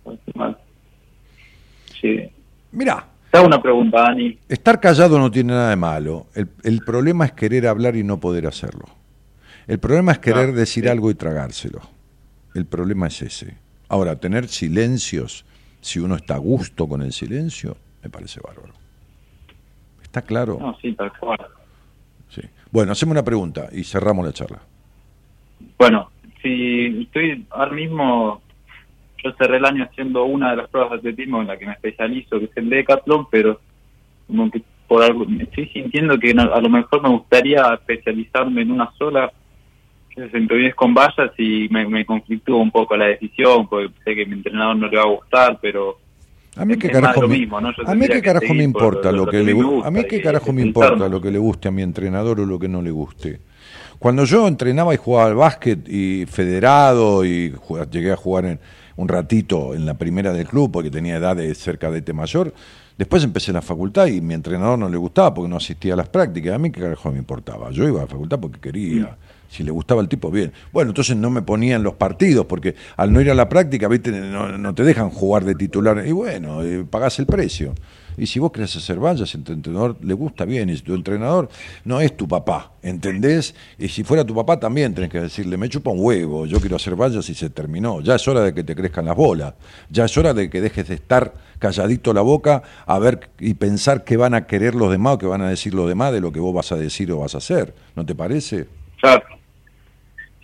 Sí. Mirá. Te hago una pregunta, Dani. Estar callado no tiene nada de malo. El, el problema es querer hablar y no poder hacerlo. El problema es querer ah, decir sí. algo y tragárselo. El problema es ese. Ahora, tener silencios, si uno está a gusto con el silencio, me parece bárbaro. ¿Está claro? No, sí, tal cual. Sí. Bueno, hacemos una pregunta y cerramos la charla. Bueno, si estoy ahora mismo, yo cerré el año haciendo una de las pruebas de atletismo en la que me especializo, que es el Decathlon, pero como que por algo me estoy sintiendo que a lo mejor me gustaría especializarme en una sola, que es ciento diez con vallas, y me, me conflictúa un poco la decisión, porque sé que a mi entrenador no le va a gustar, pero... A mí qué carajo me, mismo, ¿no? a mí qué carajo me importa lo, lo que, que le gusta, a mí qué carajo me importa lo que le guste a mi entrenador o lo que no le guste. Cuando yo entrenaba y jugaba al básquet y federado y jugaba, llegué a jugar en, un ratito en la primera del club porque tenía edad de ser cadete mayor, después empecé la facultad y mi entrenador no le gustaba porque no asistía a las prácticas. A mí qué carajo me importaba. Yo iba a la facultad porque quería. Mm. Si le gustaba el tipo, bien. Bueno, entonces no me ponía en los partidos, porque al no ir a la práctica, viste, no, no te dejan jugar de titular. Y bueno, eh, pagás el precio. Y si vos querés hacer vallas, si tu entrenador le gusta bien, y si tu entrenador no es tu papá, ¿entendés? Y si fuera tu papá también tenés que decirle, me chupa un huevo, yo quiero hacer vallas y se terminó. Ya es hora de que te crezcan las bolas. Ya es hora de que dejes de estar calladito la boca a ver y pensar qué van a querer los demás o qué van a decir los demás de lo que vos vas a decir o vas a hacer. ¿No te parece? Claro.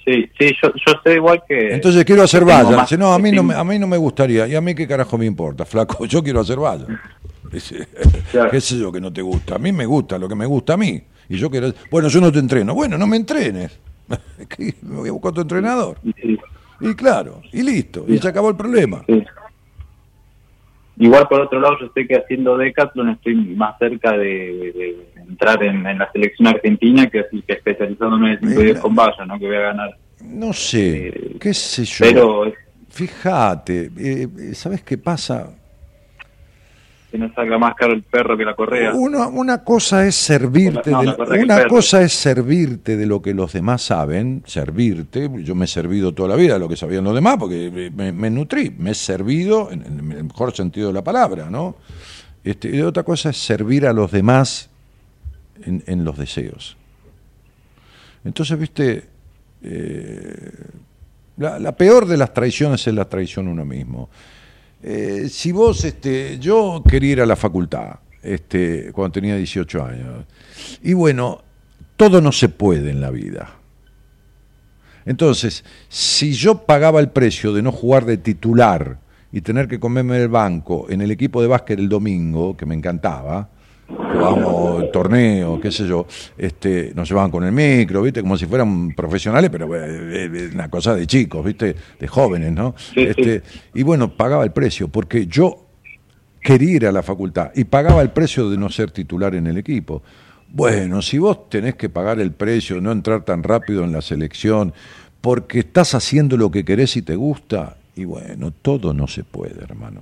Sí, sí, yo, yo sé igual que... Entonces quiero hacer tengo valla. más Dice, no, a mí no, me, efecti- a mí no me gustaría. ¿Y a mí qué carajo me importa, flaco? Yo quiero hacer valla. Dice, Claro. ¿qué sé yo que no te gusta? A mí me gusta lo que me gusta a mí. Y yo quiero... Bueno, yo no te entreno. Bueno, no me entrenes. ¿Qué? Me voy a buscar otro entrenador. Sí, Y claro, y listo. Y se acabó el problema. sí. Igual por otro lado, yo sé que haciendo Decathlon estoy más cerca de, de- de entrar en, en la selección argentina que así que especializándome en cinco Mira. diez con valla, ¿no? Que voy a ganar. No sé, Eh, qué sé yo. Pero Fíjate, eh, ¿sabes qué pasa? que no salga más caro el perro que la correa. Una, una cosa es servirte, No, de, la cosa que una perro. cosa es servirte de lo que los demás saben, servirte. Yo me he servido toda la vida de lo que sabían los demás porque me, me nutrí, me he servido en, en el mejor sentido de la palabra, ¿no? Este, y otra cosa es servir a los demás en, en los deseos. Entonces, viste, eh, la, la peor de las traiciones es la traición a uno mismo. Eh, si vos, este, yo quería ir a la facultad, este, cuando tenía dieciocho años, y bueno, todo no se puede en la vida. Entonces, si yo pagaba el precio de no jugar de titular y tener que comerme el banco en el equipo de básquet el domingo, que me encantaba, jugábamos el torneo, qué sé yo, este, nos llevaban con el micro, viste, como si fueran profesionales, pero eh, eh, una cosa de chicos, viste, de jóvenes, ¿no? Sí, este, sí. Y bueno, pagaba el precio, porque yo quería ir a la facultad y pagaba el precio de no ser titular en el equipo. Bueno, si vos tenés que pagar el precio de no entrar tan rápido en la selección, porque estás haciendo lo que querés y te gusta, y bueno, todo no se puede, hermano.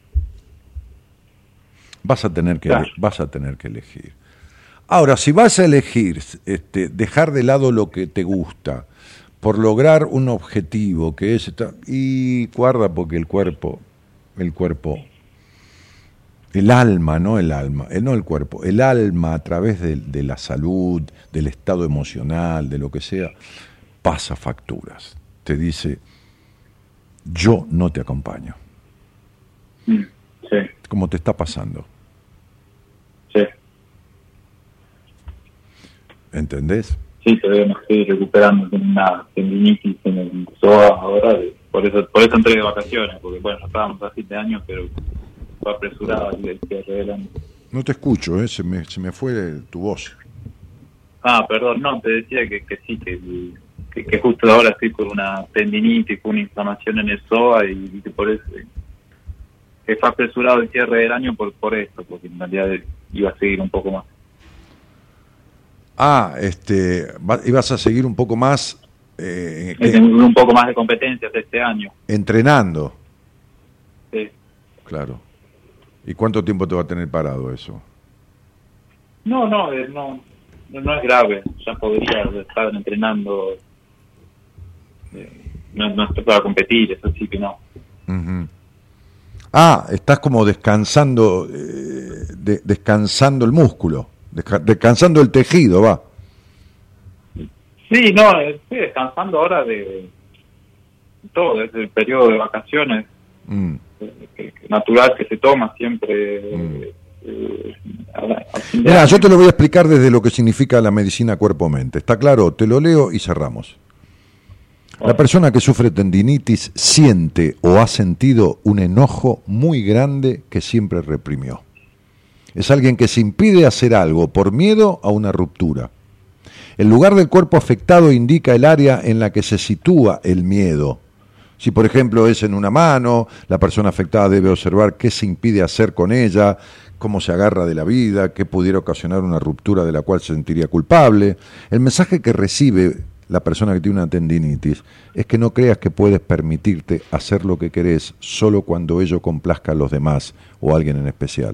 Vas a tener que Claro. vas a tener que elegir. Ahora, si vas a elegir este, dejar de lado lo que te gusta por lograr un objetivo que es esta- y guarda porque el cuerpo, el cuerpo, el alma, no el alma, eh, no el cuerpo, el alma a través de, de la salud, del estado emocional, de lo que sea, pasa facturas. Te dice, yo no te acompaño, Mm, Sí, como te está pasando. sí. ¿Entendés? Sí, todavía me estoy recuperando de una tendinitis en el psoas ahora, de- por eso por eso entré de vacaciones, porque bueno, ya estábamos a fin de año, pero fue apresurado el el cierre del año. No te escucho, ¿eh? se, me, se me fue tu voz. Ah, perdón, no, te decía que, que sí, que, que, que justo ahora estoy con una tendinitis, con una inflamación en el psoas y, y que por eso que fue apresurado el cierre del año por por esto, porque en realidad iba a seguir un poco más. Ah, este, va- ibas a seguir un poco más eh, He ¿qué? tenido un poco más de competencias este año. entrenando, Sí. claro. ¿Y cuánto tiempo te va a tener parado eso? No, no, eh, no, no, no es grave. Ya podría estar entrenando. eh, no, no estoy para competir, eso sí que no. Ujú. Ah, estás como descansando, eh, de- descansando el músculo, desca- descansando el tejido, va. Sí, no, eh, estoy descansando ahora de todo, desde el periodo de vacaciones, Mm. eh, que- que natural que se toma siempre. Mm. eh, eh, a la- a fin de Mirá, año. yo te lo voy a explicar desde lo que significa la medicina cuerpo-mente. ¿Está claro? Te lo leo y cerramos. La persona que sufre tendinitis siente o ha sentido un enojo muy grande que siempre reprimió. Es alguien que se impide hacer algo por miedo a una ruptura. El lugar del cuerpo afectado indica el área en la que se sitúa el miedo. Si, por ejemplo, es en una mano, la persona afectada debe observar qué se impide hacer con ella, cómo se agarra de la vida, qué pudiera ocasionar una ruptura de la cual se sentiría culpable. El mensaje que recibe la persona que tiene una tendinitis es que no creas que puedes permitirte hacer lo que querés solo cuando ello complazca a los demás o a alguien en especial.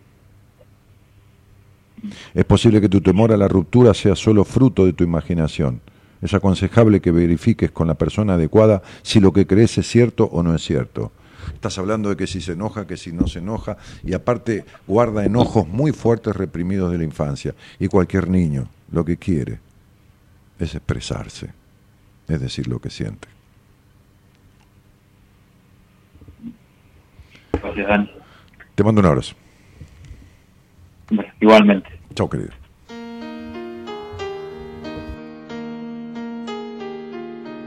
Es posible que tu temor a la ruptura sea solo fruto de tu imaginación. Es aconsejable que verifiques con la persona adecuada si lo que crees es cierto o no es cierto. Estás hablando de que si se enoja, que si no se enoja, y aparte guarda enojos muy fuertes reprimidos de la infancia. Y cualquier niño lo que quiere es expresarse, es decir, lo que siente. Gracias, Dani. Te mando un abrazo. Bueno, igualmente. Chao, querido.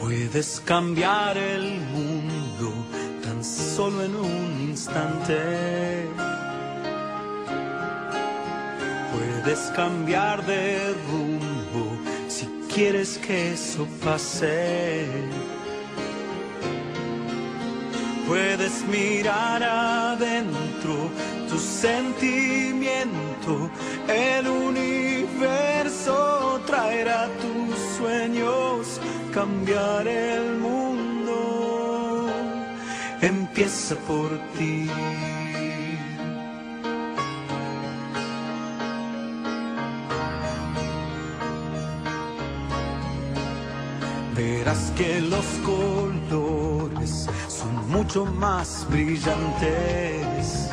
Puedes cambiar el mundo tan solo en un instante. Puedes cambiar de rumbo si quieres que eso pase. Puedes mirar adentro tu sentimiento, el universo traerá tus sueños, cambiar el mundo empieza por ti. Verás que los colores son mucho más brillantes.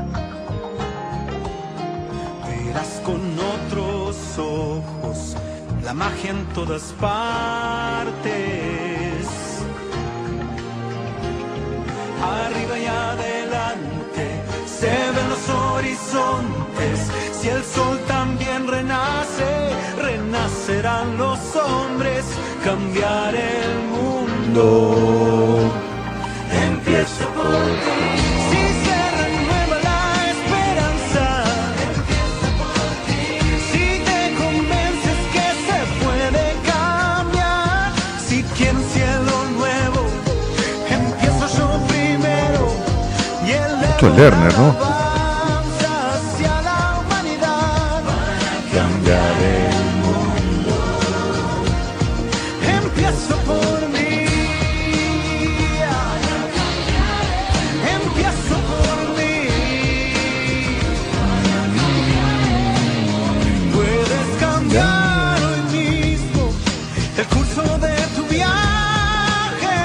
Verás con otros ojos la magia en todas partes. Arriba y adelante se ven los horizontes. Si el sol también renace, renacerán los hombres. Cambiar el mundo empieza por ti. Si se renueva la esperanza, empieza por ti. Si te convences que se puede cambiar, si quieres un cielo nuevo, empiezo yo primero. Y el Esto es Lerner, ¿no? avanza hacia la humanidad para cambiar el empiezo por mí, empiezo por mí. Puedes cambiar hoy mismo el curso de tu viaje.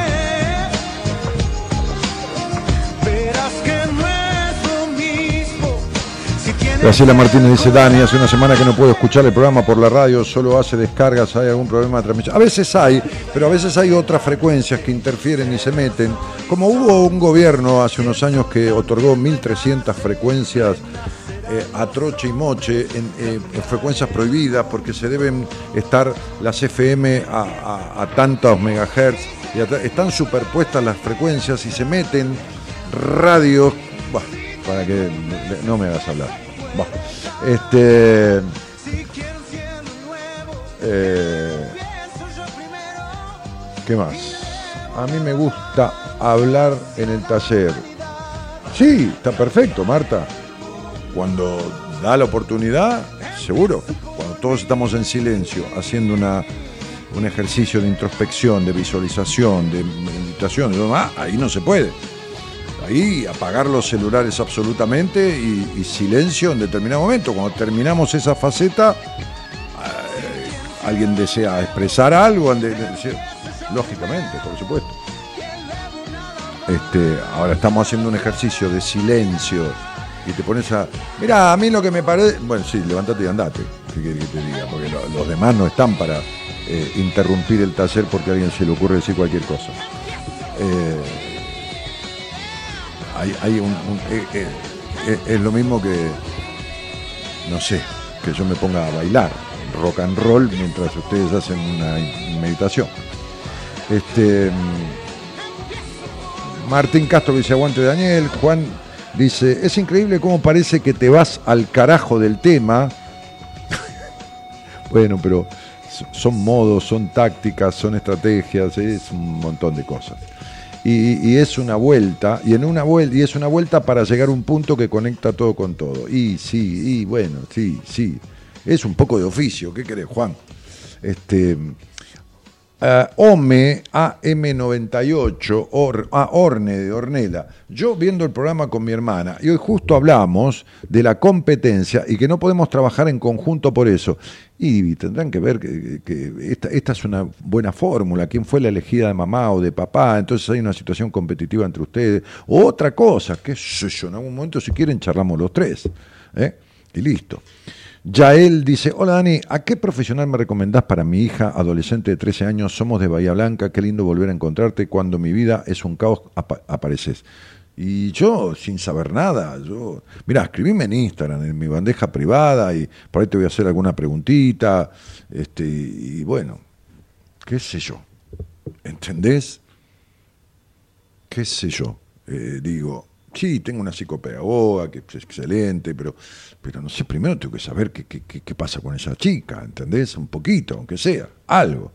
Verás que no es lo mismo si tienes. Graciela Martínez dice: Dani, hace una semana que no puedo escuchar el programa por la radio, solo hace descargas, ¿hay algún problema de transmisión? A veces hay, pero a veces hay otras frecuencias que interfieren y se meten. Como hubo un gobierno hace unos años que otorgó mil trescientas frecuencias eh, a troche y moche, en, eh, en frecuencias prohibidas, porque se deben estar las F M a, a, a tantos megahertz, y a, están superpuestas las frecuencias y se meten radios, bah, para que no me hagas hablar. Bah, este... Eh, ¿Qué más? A mí me gusta hablar en el taller. Sí, está perfecto, Marta. Cuando da la oportunidad, seguro. Cuando todos estamos en silencio, haciendo una, un ejercicio de introspección, de visualización, de meditación, ah, ahí no se puede. Ahí apagar los celulares absolutamente y, y silencio en determinado momento. Cuando terminamos esa faceta, eh, alguien desea expresar algo, de, de, lógicamente, por supuesto. Este, ahora estamos haciendo un ejercicio de silencio y te pones a... Mirá, a mí lo que me parece... Bueno, sí, levántate y andate, ¿qué querés que te diga? Porque lo, los demás no están para eh, interrumpir el taller porque a alguien se le ocurre decir cualquier cosa. Eh, hay, hay un... un eh, eh, eh, es lo mismo que... No sé, que yo me ponga a bailar rock and roll mientras ustedes hacen una meditación. Este... Martín Castro dice: aguante Daniel. Juan dice: es increíble cómo parece que te vas al carajo del tema. Bueno, pero son modos, son tácticas, son estrategias, es un montón de cosas. Y, y es una vuelta, y en una vuelta, y es una vuelta para llegar a un punto que conecta todo con todo. Y sí, y bueno, sí, sí. Es un poco de oficio, ¿qué querés, Juan? Este. Uh, Ome A M noventa y ocho, Or, ah, Orne de Ornella. Yo viendo el programa con mi hermana, y hoy justo hablamos de la competencia y que no podemos trabajar en conjunto por eso. Y tendrán que ver que, que esta, esta es una buena fórmula, quién fue la elegida de mamá o de papá, entonces hay una situación competitiva entre ustedes. O otra cosa, qué sé yo, en algún momento si quieren charlamos los tres. ¿eh? Y listo. Yael dice: hola Dani, ¿a qué profesional me recomendás para mi hija adolescente de trece años? Somos de Bahía Blanca, qué lindo volver a encontrarte, cuando mi vida es un caos ap- apareces. Y yo, sin saber nada, yo, mirá, escribime en Instagram, en mi bandeja privada, y por ahí te voy a hacer alguna preguntita, este, y bueno, qué sé yo. ¿entendés? ¿Qué sé yo? Eh, digo, sí, tengo una psicopedagoga que es excelente, pero, pero no sé, primero tengo que saber qué, qué, qué pasa con esa chica, ¿entendés? Un poquito, aunque sea, algo.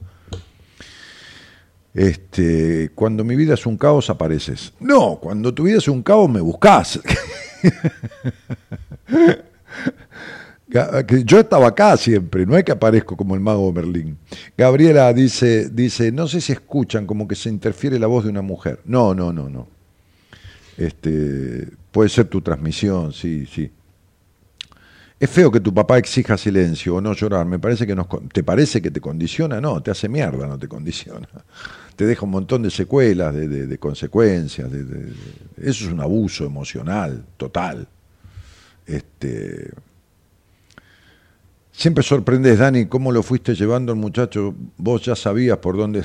Este, cuando mi vida es un caos, apareces. No, cuando tu vida es un caos, me buscás. Yo estaba acá siempre, no es que aparezco como el mago Merlín. Gabriela dice, dice, no sé si escuchan como que se interfiere la voz de una mujer. No, no, no, no. Este, puede ser tu transmisión, sí, sí. Es feo que tu papá exija silencio o no llorar. Me parece que nos, ¿te parece que te condiciona? No, te hace mierda, no te condiciona. Te deja un montón de secuelas, de, de, de consecuencias. De, de, de, eso es un abuso emocional total. Este, siempre sorprendes, Dani, cómo lo fuiste llevando al muchacho. Vos ya sabías por dónde.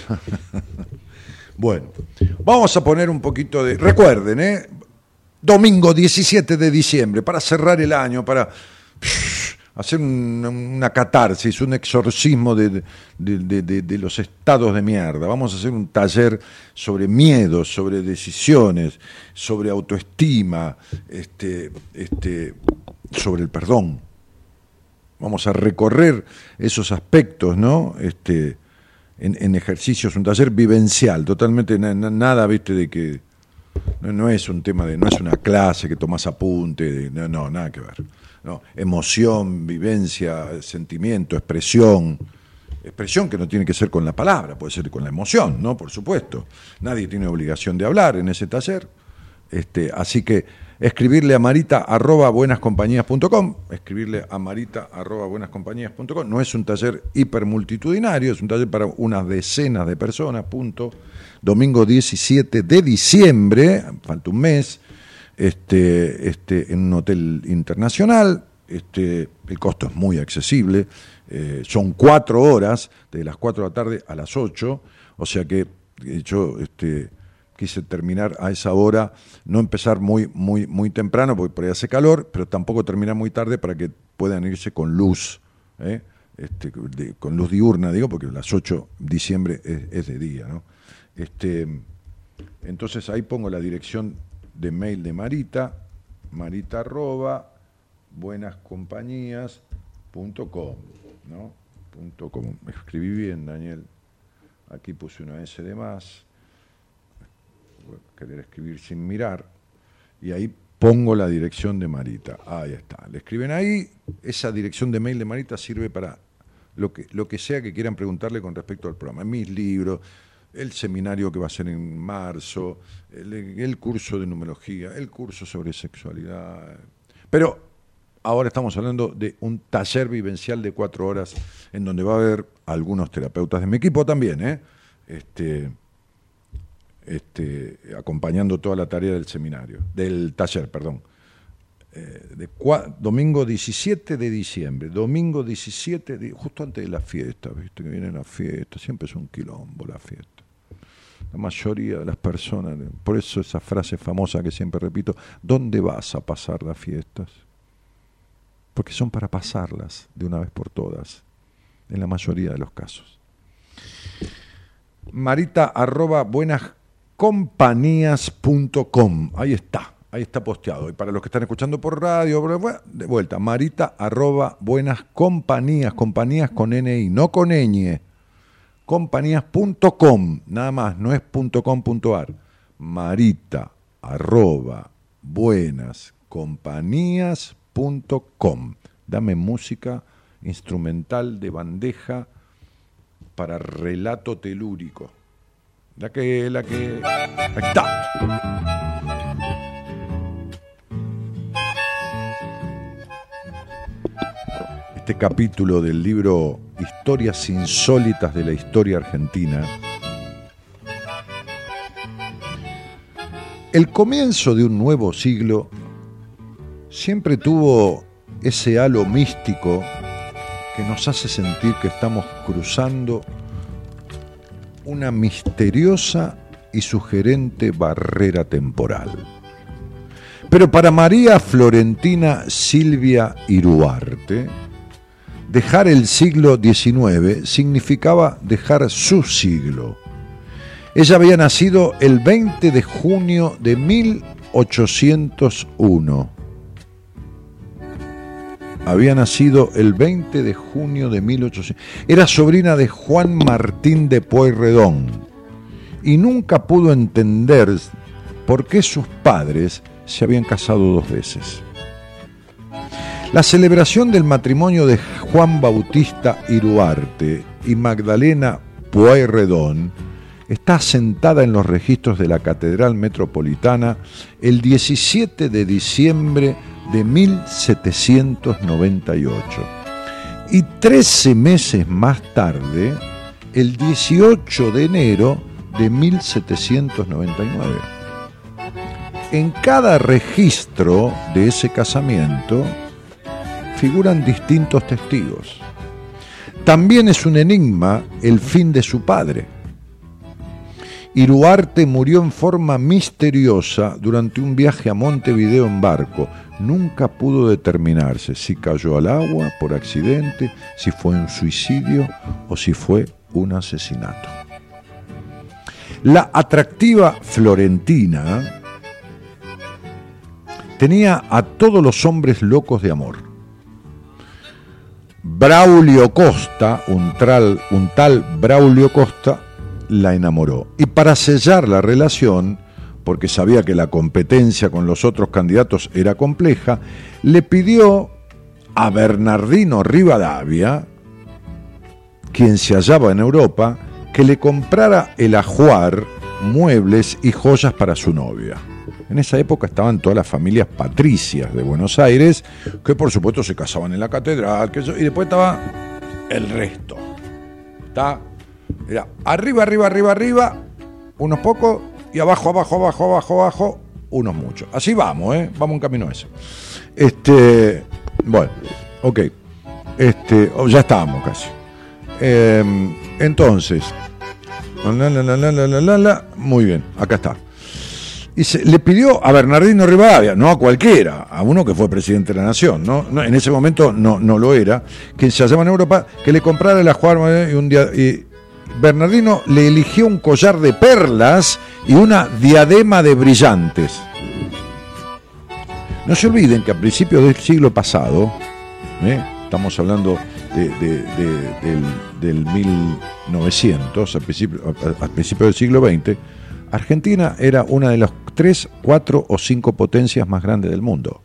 Bueno, vamos a poner un poquito de... Recuerden, ¿eh? Domingo diecisiete de diciembre, para cerrar el año, para pff, hacer una, una catarsis, un exorcismo de, de, de, de, de los estados de mierda. Vamos a hacer un taller sobre miedos, sobre decisiones, sobre autoestima, este, este, sobre el perdón. Vamos a recorrer esos aspectos, ¿no? Este... En, en ejercicios, un taller vivencial, totalmente na, na, nada, viste, de que no, no es un tema de, no es una clase que tomás apunte, de, no, no, nada que ver. No, emoción, vivencia, sentimiento, expresión, expresión que no tiene que ser con la palabra, puede ser con la emoción, ¿no? Por supuesto. Nadie tiene obligación de hablar en ese taller. Este, así que escribirle a marita arroba buenascompañías punto com, escribirle a marita arroba buenascompañías punto com. No es un taller hipermultitudinario, es un taller para unas decenas de personas, punto. Domingo diecisiete de diciembre, falta un mes, este, este, en un hotel internacional. Este, el costo es muy accesible, eh, son cuatro horas, de las cuatro de la tarde a las ocho, o sea que yo... Este, quise terminar a esa hora, no empezar muy, muy, muy temprano, porque por ahí hace calor, pero tampoco terminar muy tarde para que puedan irse con luz, ¿eh? este, de, con luz diurna, digo, porque las ocho de diciembre es, es de día, ¿no? Este, entonces ahí pongo la dirección de mail de Marita, marita arroba buenascompañías punto com, ¿no? Punto com. Me escribí bien, Daniel. Aquí puse una S de más. Querer escribir sin mirar, y ahí pongo la dirección de Marita. Ahí está, le escriben ahí. Esa dirección de mail de Marita sirve para lo que, lo que sea que quieran preguntarle con respecto al programa, mis libros, el seminario que va a ser en marzo, el, el curso de numerología, el curso sobre sexualidad. Pero ahora estamos hablando de un taller vivencial de cuatro horas en donde va a haber algunos terapeutas de mi equipo también, ¿eh? Este... Este, acompañando toda la tarea del seminario, del taller, perdón. Eh, de cua, domingo diecisiete de diciembre, domingo diecisiete, de, justo antes de la fiesta, viste que viene la fiesta, siempre es un quilombo la fiesta. La mayoría de las personas, por eso esa frase famosa que siempre repito, ¿dónde vas a pasar las fiestas? Porque son para pasarlas de una vez por todas, en la mayoría de los casos. Marita arroba buenas compañías punto com, ahí está, ahí está posteado. Y para los que están escuchando por radio, de vuelta, marita arroba buenas compañías, compañías con N I, no con ñ, compañías punto com, nada más, no es .com punto ar, marita arroba buenas compañías punto com. Dame música instrumental de bandeja para relato telúrico. La que, la que... Ahí está. Este capítulo del libro Historias insólitas de la historia argentina. El comienzo de un nuevo siglo siempre tuvo ese halo místico que nos hace sentir que estamos cruzando una misteriosa y sugerente barrera temporal. Pero para María Florentina Silvia Iruarte, dejar el siglo diecinueve significaba dejar su siglo, Ella había nacido el veinte de junio de mil ochocientos uno. Había nacido el veinte de junio de mil ochocientos. Era sobrina de Juan Martín de Pueyrredón y nunca pudo entender por qué sus padres se habían casado dos veces. La celebración del matrimonio de Juan Bautista Iruarte y Magdalena Pueyrredón está asentada en los registros de la Catedral Metropolitana el diecisiete de diciembre de mil setecientos noventa y ocho. Y trece meses más tarde, el dieciocho de enero de mil setecientos noventa y nueve. En cada registro de ese casamiento figuran distintos testigos. También es un enigma el fin de su padre. Iruarte murió en forma misteriosa durante un viaje a Montevideo en barco. Nunca pudo determinarse si cayó al agua por accidente, si fue un suicidio o si fue un asesinato. La atractiva Florentina tenía a todos los hombres locos de amor. Braulio Costa, un, tral, un tal Braulio Costa, la enamoró. Y para sellar la relación, porque sabía que la competencia con los otros candidatos era compleja, le pidió a Bernardino Rivadavia, quien se hallaba en Europa, que le comprara el ajuar, muebles y joyas para su novia. En esa época estaban todas las familias patricias de Buenos Aires, que por supuesto se casaban en la catedral, que eso, y después estaba el resto. Está, era arriba, arriba, arriba, arriba, unos pocos, y abajo, abajo, abajo, abajo, abajo, unos muchos. Así vamos, ¿eh? Vamos en camino a eso. Este, bueno, ok. Este, oh, ya estábamos casi. Eh, entonces, la, la, la, la, la, la, la, muy bien, acá está. Y se, le pidió a Bernardino Rivadavia, no a cualquiera, a uno que fue presidente de la Nación, ¿no? No, en ese momento no, no lo era, que se hallaba en Europa, que le comprara el ajuar y un día. Y Bernardino le eligió un collar de perlas y una diadema de brillantes. No se olviden que a principios del siglo pasado, ¿eh? Estamos hablando de, de, de, del, del mil novecientos, a principios a, a principio del siglo veinte, Argentina era una de las tres, cuatro o cinco potencias más grandes del mundo.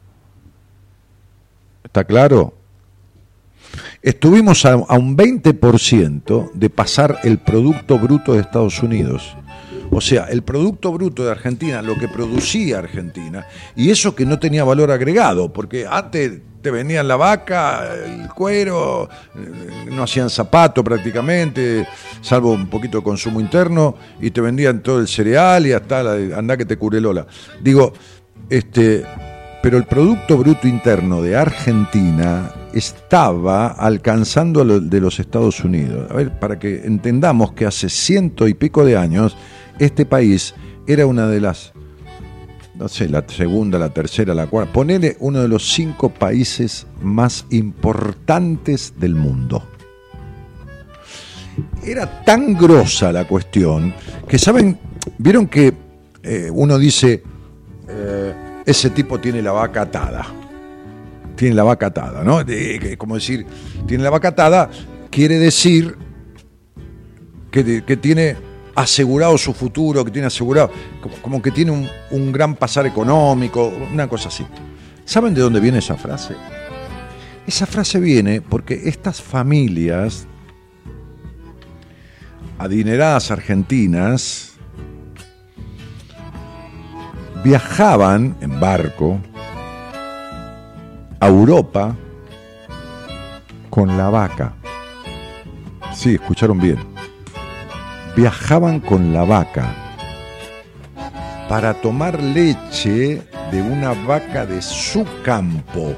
¿Está claro? Estuvimos a, a un veinte por ciento de pasar el Producto Bruto de Estados Unidos. O sea, el Producto Bruto de Argentina, lo que producía Argentina, y eso que no tenía valor agregado, porque antes te vendían la vaca, el cuero, no hacían zapato prácticamente, salvo un poquito de consumo interno, y te vendían todo el cereal y hasta la, andá que te cure Lola. Digo, este, pero el Producto Bruto Interno de Argentina estaba alcanzando lo de los Estados Unidos. A ver, para que entendamos que hace ciento y pico de años este país era una de las, no sé, la segunda, la tercera, la cuarta, ponele uno de los cinco países más importantes del mundo. Era tan grosa la cuestión que, ¿saben? Vieron que eh, uno dice, eh, ese tipo tiene la vaca atada. Tiene la vaca atada, ¿no? De, como decir, tiene la vaca atada, quiere decir que, que tiene asegurado su futuro, que tiene asegurado, como, como que tiene un, un gran pasar económico, una cosa así. ¿Saben de dónde viene esa frase? Esa frase viene porque estas familias adineradas argentinas viajaban en barco a Europa con la vaca. Sí, escucharon bien. Viajaban con la vaca para tomar leche de una vaca de su campo.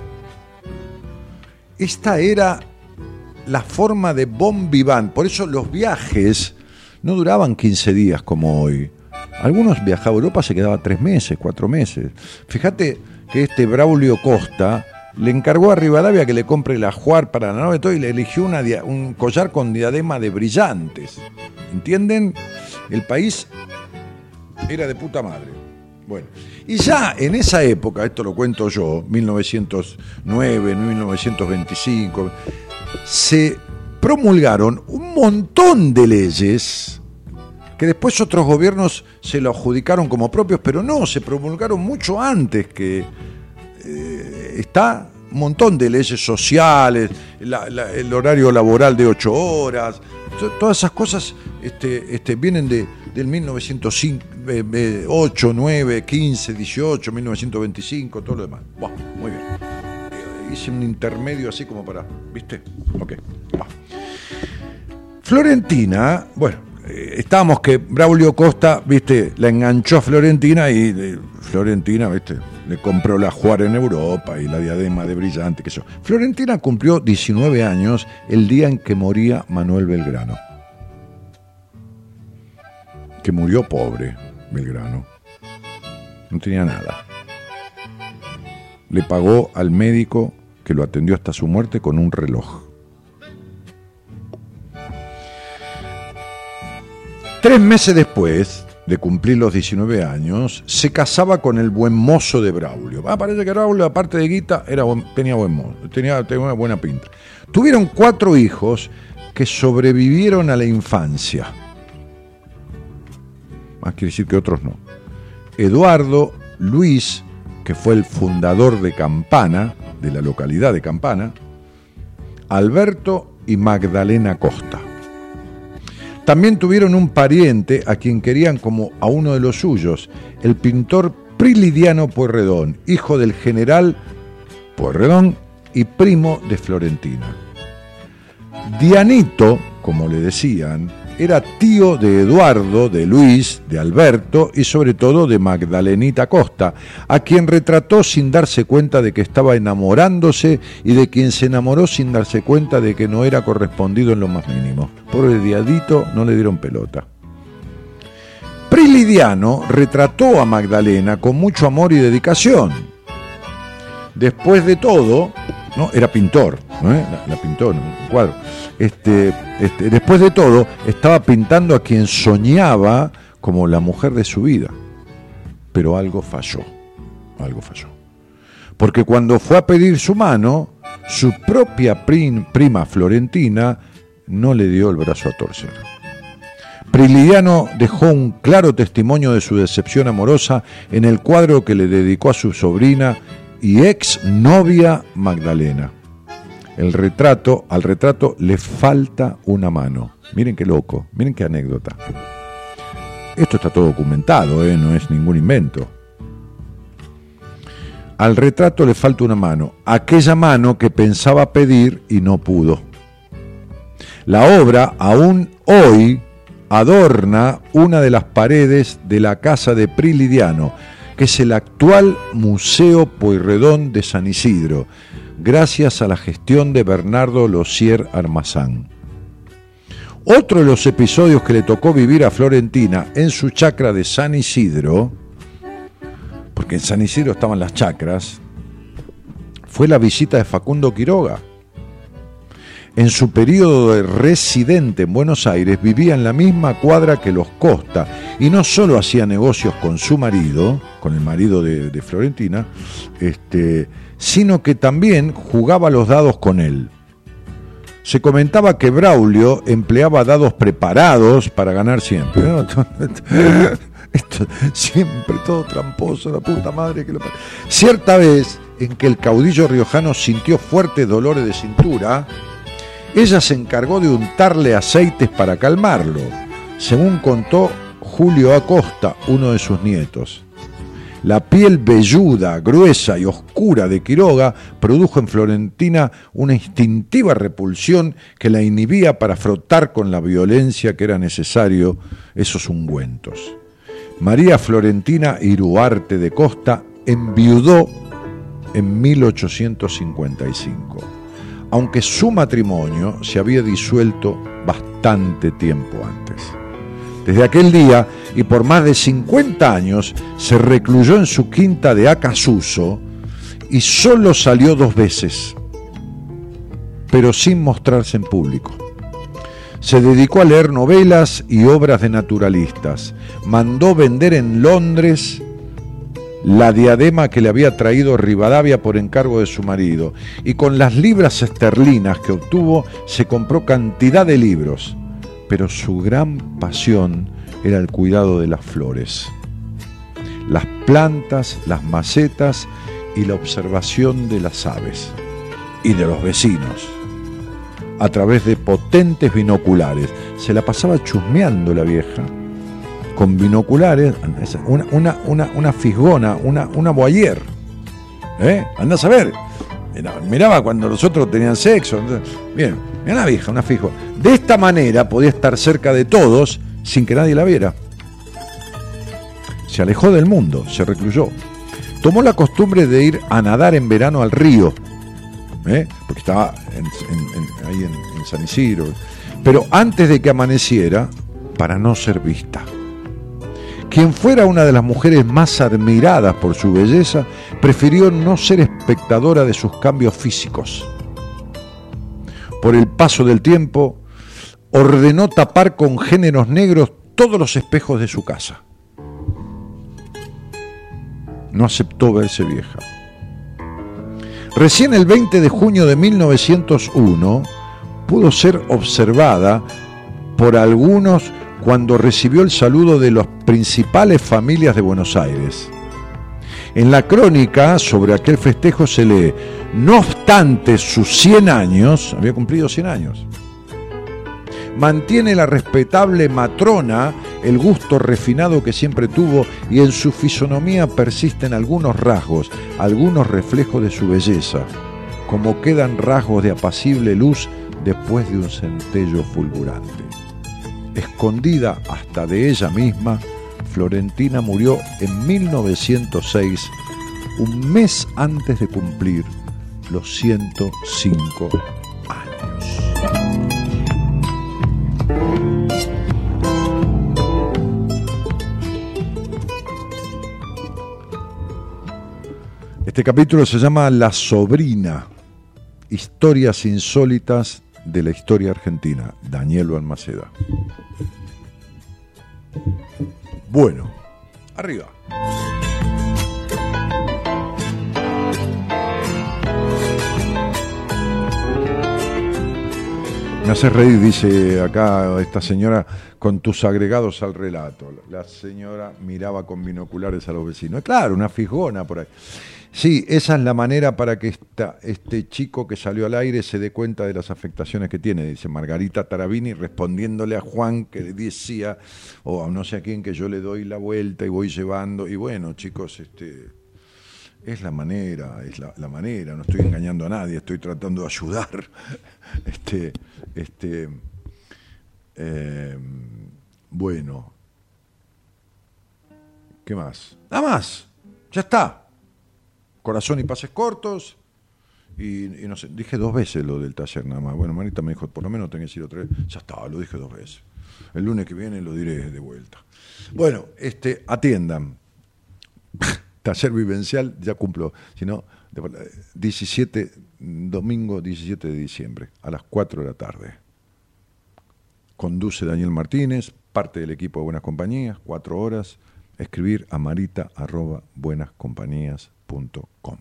Esta era la forma de bon vivant. Por eso los viajes no duraban quince días como hoy. Algunos viajaban a Europa, se quedaba tres meses, cuatro meses. Fíjate que este Braulio Costa le encargó a Rivadavia que le compre el ajuar para la novia y todo, y le eligió una, un collar con diadema de brillantes. ¿Entienden? El país era de puta madre. Bueno, y ya en esa época, esto lo cuento yo, mil novecientos nueve, mil novecientos veinticinco, se promulgaron un montón de leyes que después otros gobiernos se lo adjudicaron como propios, pero no, se promulgaron mucho antes que eh, está un montón de leyes sociales, la, la, el horario laboral de ocho horas, to, todas esas cosas este, este, vienen de, del mil novecientos ocho, nueve, quince, dieciocho, mil novecientos veinticinco, todo lo demás. Buah, muy bien. Eh, hice un intermedio así como para, ¿viste? Ok, va. Florentina, bueno, estábamos que Braulio Costa, viste, la enganchó a Florentina y eh, Florentina, viste, le compró la Juárez en Europa y la diadema de brillante, que eso. Florentina cumplió diecinueve años el día en que moría Manuel Belgrano. Que murió pobre, Belgrano. No tenía nada. Le pagó al médico que lo atendió hasta su muerte con un reloj. Tres meses después de cumplir los diecinueve años, se casaba con el buen mozo de Braulio. Ah, parece que Braulio, aparte de guita, era buen, tenía buen mozo, tenía, tenía una buena pinta. Tuvieron cuatro hijos que sobrevivieron a la infancia. Más quiere decir que otros no. Eduardo, Luis, que fue el fundador de Campana, de la localidad de Campana, Alberto y Magdalena Costa. También tuvieron un pariente a quien querían como a uno de los suyos, el pintor Prilidiano Pueyrredón, hijo del general Pueyrredón y primo de Florentina. Dianito, como le decían, era tío de Eduardo, de Luis, de Alberto y sobre todo de Magdalenita Costa, a quien retrató sin darse cuenta de que estaba enamorándose y de quien se enamoró sin darse cuenta de que no era correspondido en lo más mínimo. Pobre Diadito, no le dieron pelota. Prilidiano retrató a Magdalena con mucho amor y dedicación. Después de todo, ¿no? Era pintor, ¿no? la, la pintó en un cuadro. Este, este, después de todo, estaba pintando a quien soñaba como la mujer de su vida. Pero algo falló, algo falló. Porque cuando fue a pedir su mano, su propia prim, prima Florentina no le dio el brazo a torcer. Prilidiano dejó un claro testimonio de su decepción amorosa en el cuadro que le dedicó a su sobrina y ex novia Magdalena. El retrato, al retrato le falta una mano. Miren qué loco, miren qué anécdota. Esto está todo documentado, ¿eh? No es ningún invento. Al retrato le falta una mano, aquella mano que pensaba pedir y no pudo. La obra aún hoy adorna una de las paredes de la casa de Prilidiano, que es el actual Museo Pueyrredón de San Isidro, gracias a la gestión de Bernardo Losier Armazán. Otro de los episodios que le tocó vivir a Florentina en su chacra de San Isidro, porque en San Isidro estaban las chacras, fue la visita de Facundo Quiroga. En su periodo de residente en Buenos Aires vivía en la misma cuadra que los Costa y no solo hacía negocios con su marido, con el marido de, de Florentina, este, sino que también jugaba los dados con él. Se comentaba que Braulio empleaba dados preparados para ganar siempre. ¿No? Esto, siempre todo tramposo, la puta madre que lo... Cierta vez en que el caudillo riojano sintió fuertes dolores de cintura, ella se encargó de untarle aceites para calmarlo, según contó Julio Acosta, uno de sus nietos. La piel velluda, gruesa y oscura de Quiroga produjo en Florentina una instintiva repulsión que la inhibía para frotar con la violencia que era necesario esos ungüentos. María Florentina Iruarte de Costa enviudó en mil ochocientos cincuenta y cinco. Aunque su matrimonio se había disuelto bastante tiempo antes. Desde aquel día, y por más de cincuenta años, se recluyó en su quinta de Acasuso y solo salió dos veces, pero sin mostrarse en público. Se dedicó a leer novelas y obras de naturalistas. Mandó vender en Londres la diadema que le había traído Rivadavia por encargo de su marido, y con las libras esterlinas que obtuvo se compró cantidad de libros, pero su gran pasión era el cuidado de las flores, las plantas, las macetas y la observación de las aves y de los vecinos a través de potentes binoculares. Se la pasaba chusmeando la vieja con binoculares, una, una, una, una fisgona, una, una voyeur, ¿eh? Andás a ver, miraba cuando los otros tenían sexo. Bien, mira una vieja, una fisgona. De esta manera podía estar cerca de todos sin que nadie la viera. Se alejó del mundo, se recluyó. Tomó la costumbre de ir a nadar en verano al río, ¿eh? Porque estaba en, en, en, ahí en, en San Isidro, pero antes de que amaneciera, para no ser vista. Quien fuera una de las mujeres más admiradas por su belleza, prefirió no ser espectadora de sus cambios físicos. Por el paso del tiempo, ordenó tapar con géneros negros todos los espejos de su casa. No aceptó verse vieja. Recién el veinte de junio de mil novecientos uno pudo ser observada por algunos cuando recibió el saludo de las principales familias de Buenos Aires. En la crónica sobre aquel festejo se lee: no obstante sus cien años, había cumplido cien años, mantiene la respetable matrona el gusto refinado que siempre tuvo, y en su fisonomía persisten algunos rasgos, algunos reflejos de su belleza, como quedan rasgos de apacible luz después de un centello fulgurante. Escondida hasta de ella misma, Florentina murió en mil novecientos seis, un mes antes de cumplir los ciento cinco años. Este capítulo se llama La sobrina, historias insólitas de la historia argentina, Daniel Balmaceda. Bueno, arriba. Me hace reír, dice acá esta señora, con tus agregados al relato. La señora miraba con binoculares a los vecinos. Claro, una fisgona por ahí. Sí, esa es la manera para que esta, este chico que salió al aire se dé cuenta de las afectaciones que tiene, dice Margarita Tarabini, respondiéndole a Juan, que le decía, o a no sé a quién, que yo le doy la vuelta y voy llevando. Y bueno, chicos, este, es la manera, es la, la manera, no estoy engañando a nadie, estoy tratando de ayudar. Este, este, eh, bueno, ¿qué más? Nada más, ya está. Corazón y pases cortos, y, y no sé, dije dos veces lo del taller nada más. Bueno, Marita me dijo, por lo menos tenés que ir otra vez. Ya está, lo dije dos veces. El lunes que viene lo diré de vuelta. Bueno, este, atiendan. Taller vivencial, ya cumplo, sino diecisiete, domingo diecisiete de diciembre, a las cuatro de la tarde. Conduce Daniel Martínez, parte del equipo de Buenas Compañías, cuatro horas. Escribir a marita arroba buenascompañías punto com.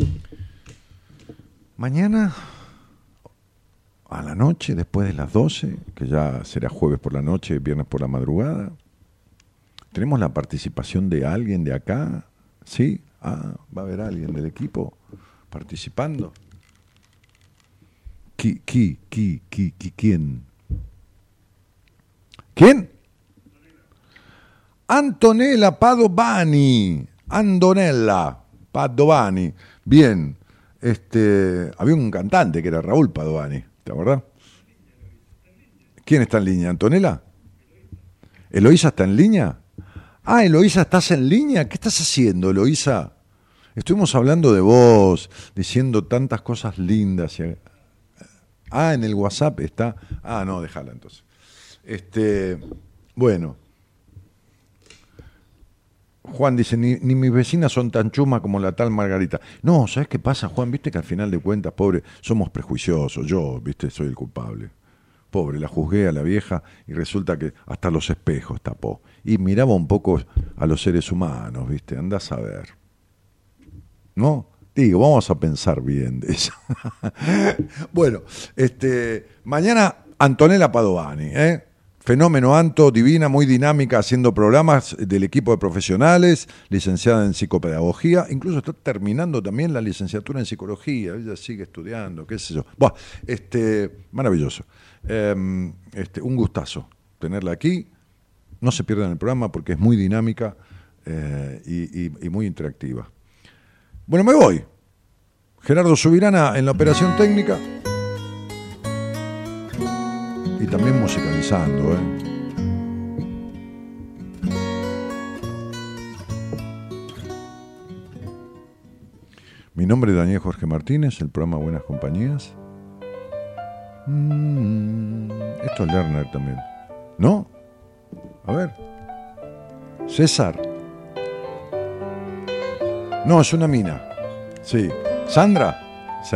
Mañana a la noche, después de las doce, que ya será jueves por la noche, viernes por la madrugada, tenemos la participación de alguien de acá. ¿Sí? Ah, va a haber alguien del equipo participando. ¿Qui, qui, qui, qui, qui, quién? ¿Quién? Antonella Padovani. Andonella Padovani. Bien. Este, había un cantante que era Raúl Padovani, ¿te acordás? ¿Quién está en línea? ¿Antonella? ¿Eloísa está en línea? Ah, Eloísa, ¿estás en línea? ¿Qué estás haciendo, Eloísa? Estuvimos hablando de vos, diciendo tantas cosas lindas. Ah, en el WhatsApp está. Ah, no, déjala entonces. Este, bueno. Juan dice, ni, ni mis vecinas son tan chumas como la tal Margarita. No, ¿sabes qué pasa, Juan? Viste que al final de cuentas, pobre, somos prejuiciosos. Yo, viste, soy el culpable. Pobre, la juzgué a la vieja y resulta que hasta los espejos tapó. Y miraba un poco a los seres humanos, ¿viste? Andás a ver. ¿No? Digo, vamos a pensar bien de eso. Bueno, este, mañana Antonella Padovani, ¿eh? Fenómeno Anto, divina, muy dinámica, haciendo programas del equipo de profesionales, licenciada en psicopedagogía, incluso está terminando también la licenciatura en psicología, ella sigue estudiando, qué sé yo. Buah, este, maravilloso. Eh, este, un gustazo tenerla aquí. No se pierdan el programa porque es muy dinámica eh, y, y, y muy interactiva. Bueno, me voy. Gerardo Subirana en la operación técnica. Y también musicalizando, ¿eh? Mi nombre es Daniel Jorge Martínez, el programa Buenas Compañías. Mm, esto es Lerner también. ¿No? A ver. César. No, es una mina. Sí. ¿Sandra? Sí.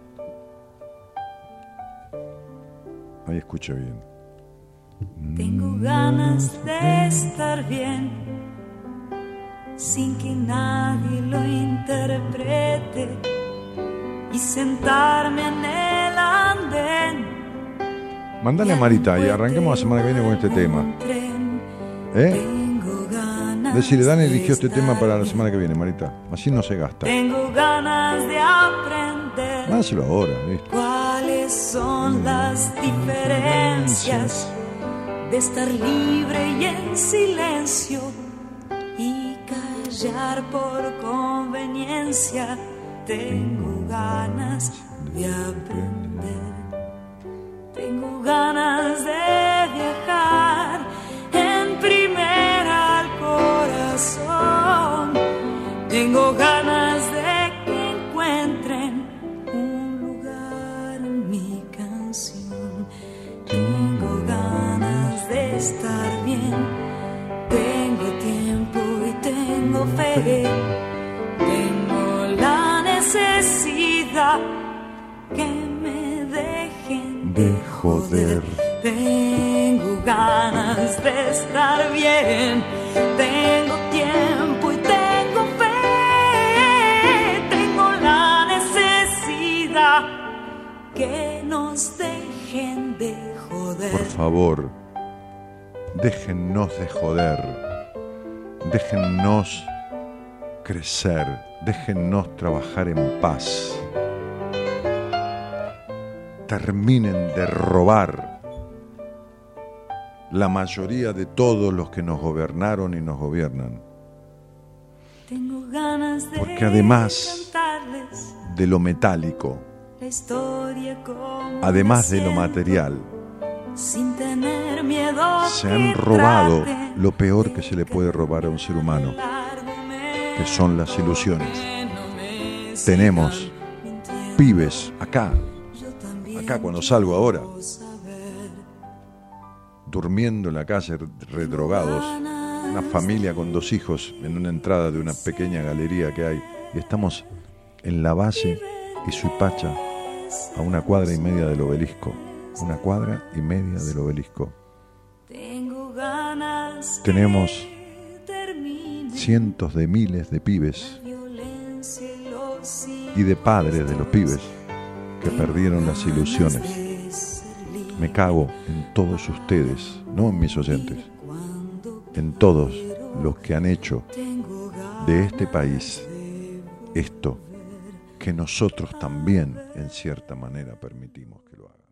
Ahí escucha bien. Tengo ganas de estar bien, sin que nadie lo interprete, y sentarme en el andén. Mándale a Marita y arranquemos la semana que viene con este tema. ¿Eh? Decirle, Dani eligió este tema para la semana que viene, Marita. Así no se gasta. Tengo ganas de aprender. Mándaselo ahora, listo. ¿Cuáles son las diferencias de estar libre y en silencio y callar por conveniencia? Tengo ganas de aprender. Tengo ganas de viajar en primera al corazón. Tengo ganas de que encuentren un lugar en mi canción. Tengo ganas de estar bien. Tengo tiempo y tengo fe. Tengo la necesidad que me dejen de joder. Tengo ganas de estar bien. Tengo tiempo y tengo fe. Tengo la necesidad que nos dejen de joder. Por favor, déjennos de joder. Déjennos crecer. Déjennos trabajar en paz. Terminen de robar la mayoría de todos los que nos gobernaron y nos gobiernan. Tengo ganas de Porque además cantarles de lo metálico, la historia como además de lo siento, material, sin tener miedo se han que robado traten lo peor que se le puede robar a un ser humano, que son las ilusiones. Tenemos pibes acá, acá cuando salgo ahora, durmiendo en la calle, redrogados, una familia con dos hijos en una entrada de una pequeña galería que hay, y estamos en la base y Suipacha, a una cuadra y media del obelisco, una cuadra y media del obelisco. Tenemos cientos de miles de pibes y de padres de los pibes que perdieron las ilusiones. Me cago en todos ustedes, no en mis oyentes, en todos los que han hecho de este país esto que nosotros también en cierta manera permitimos que lo hagan.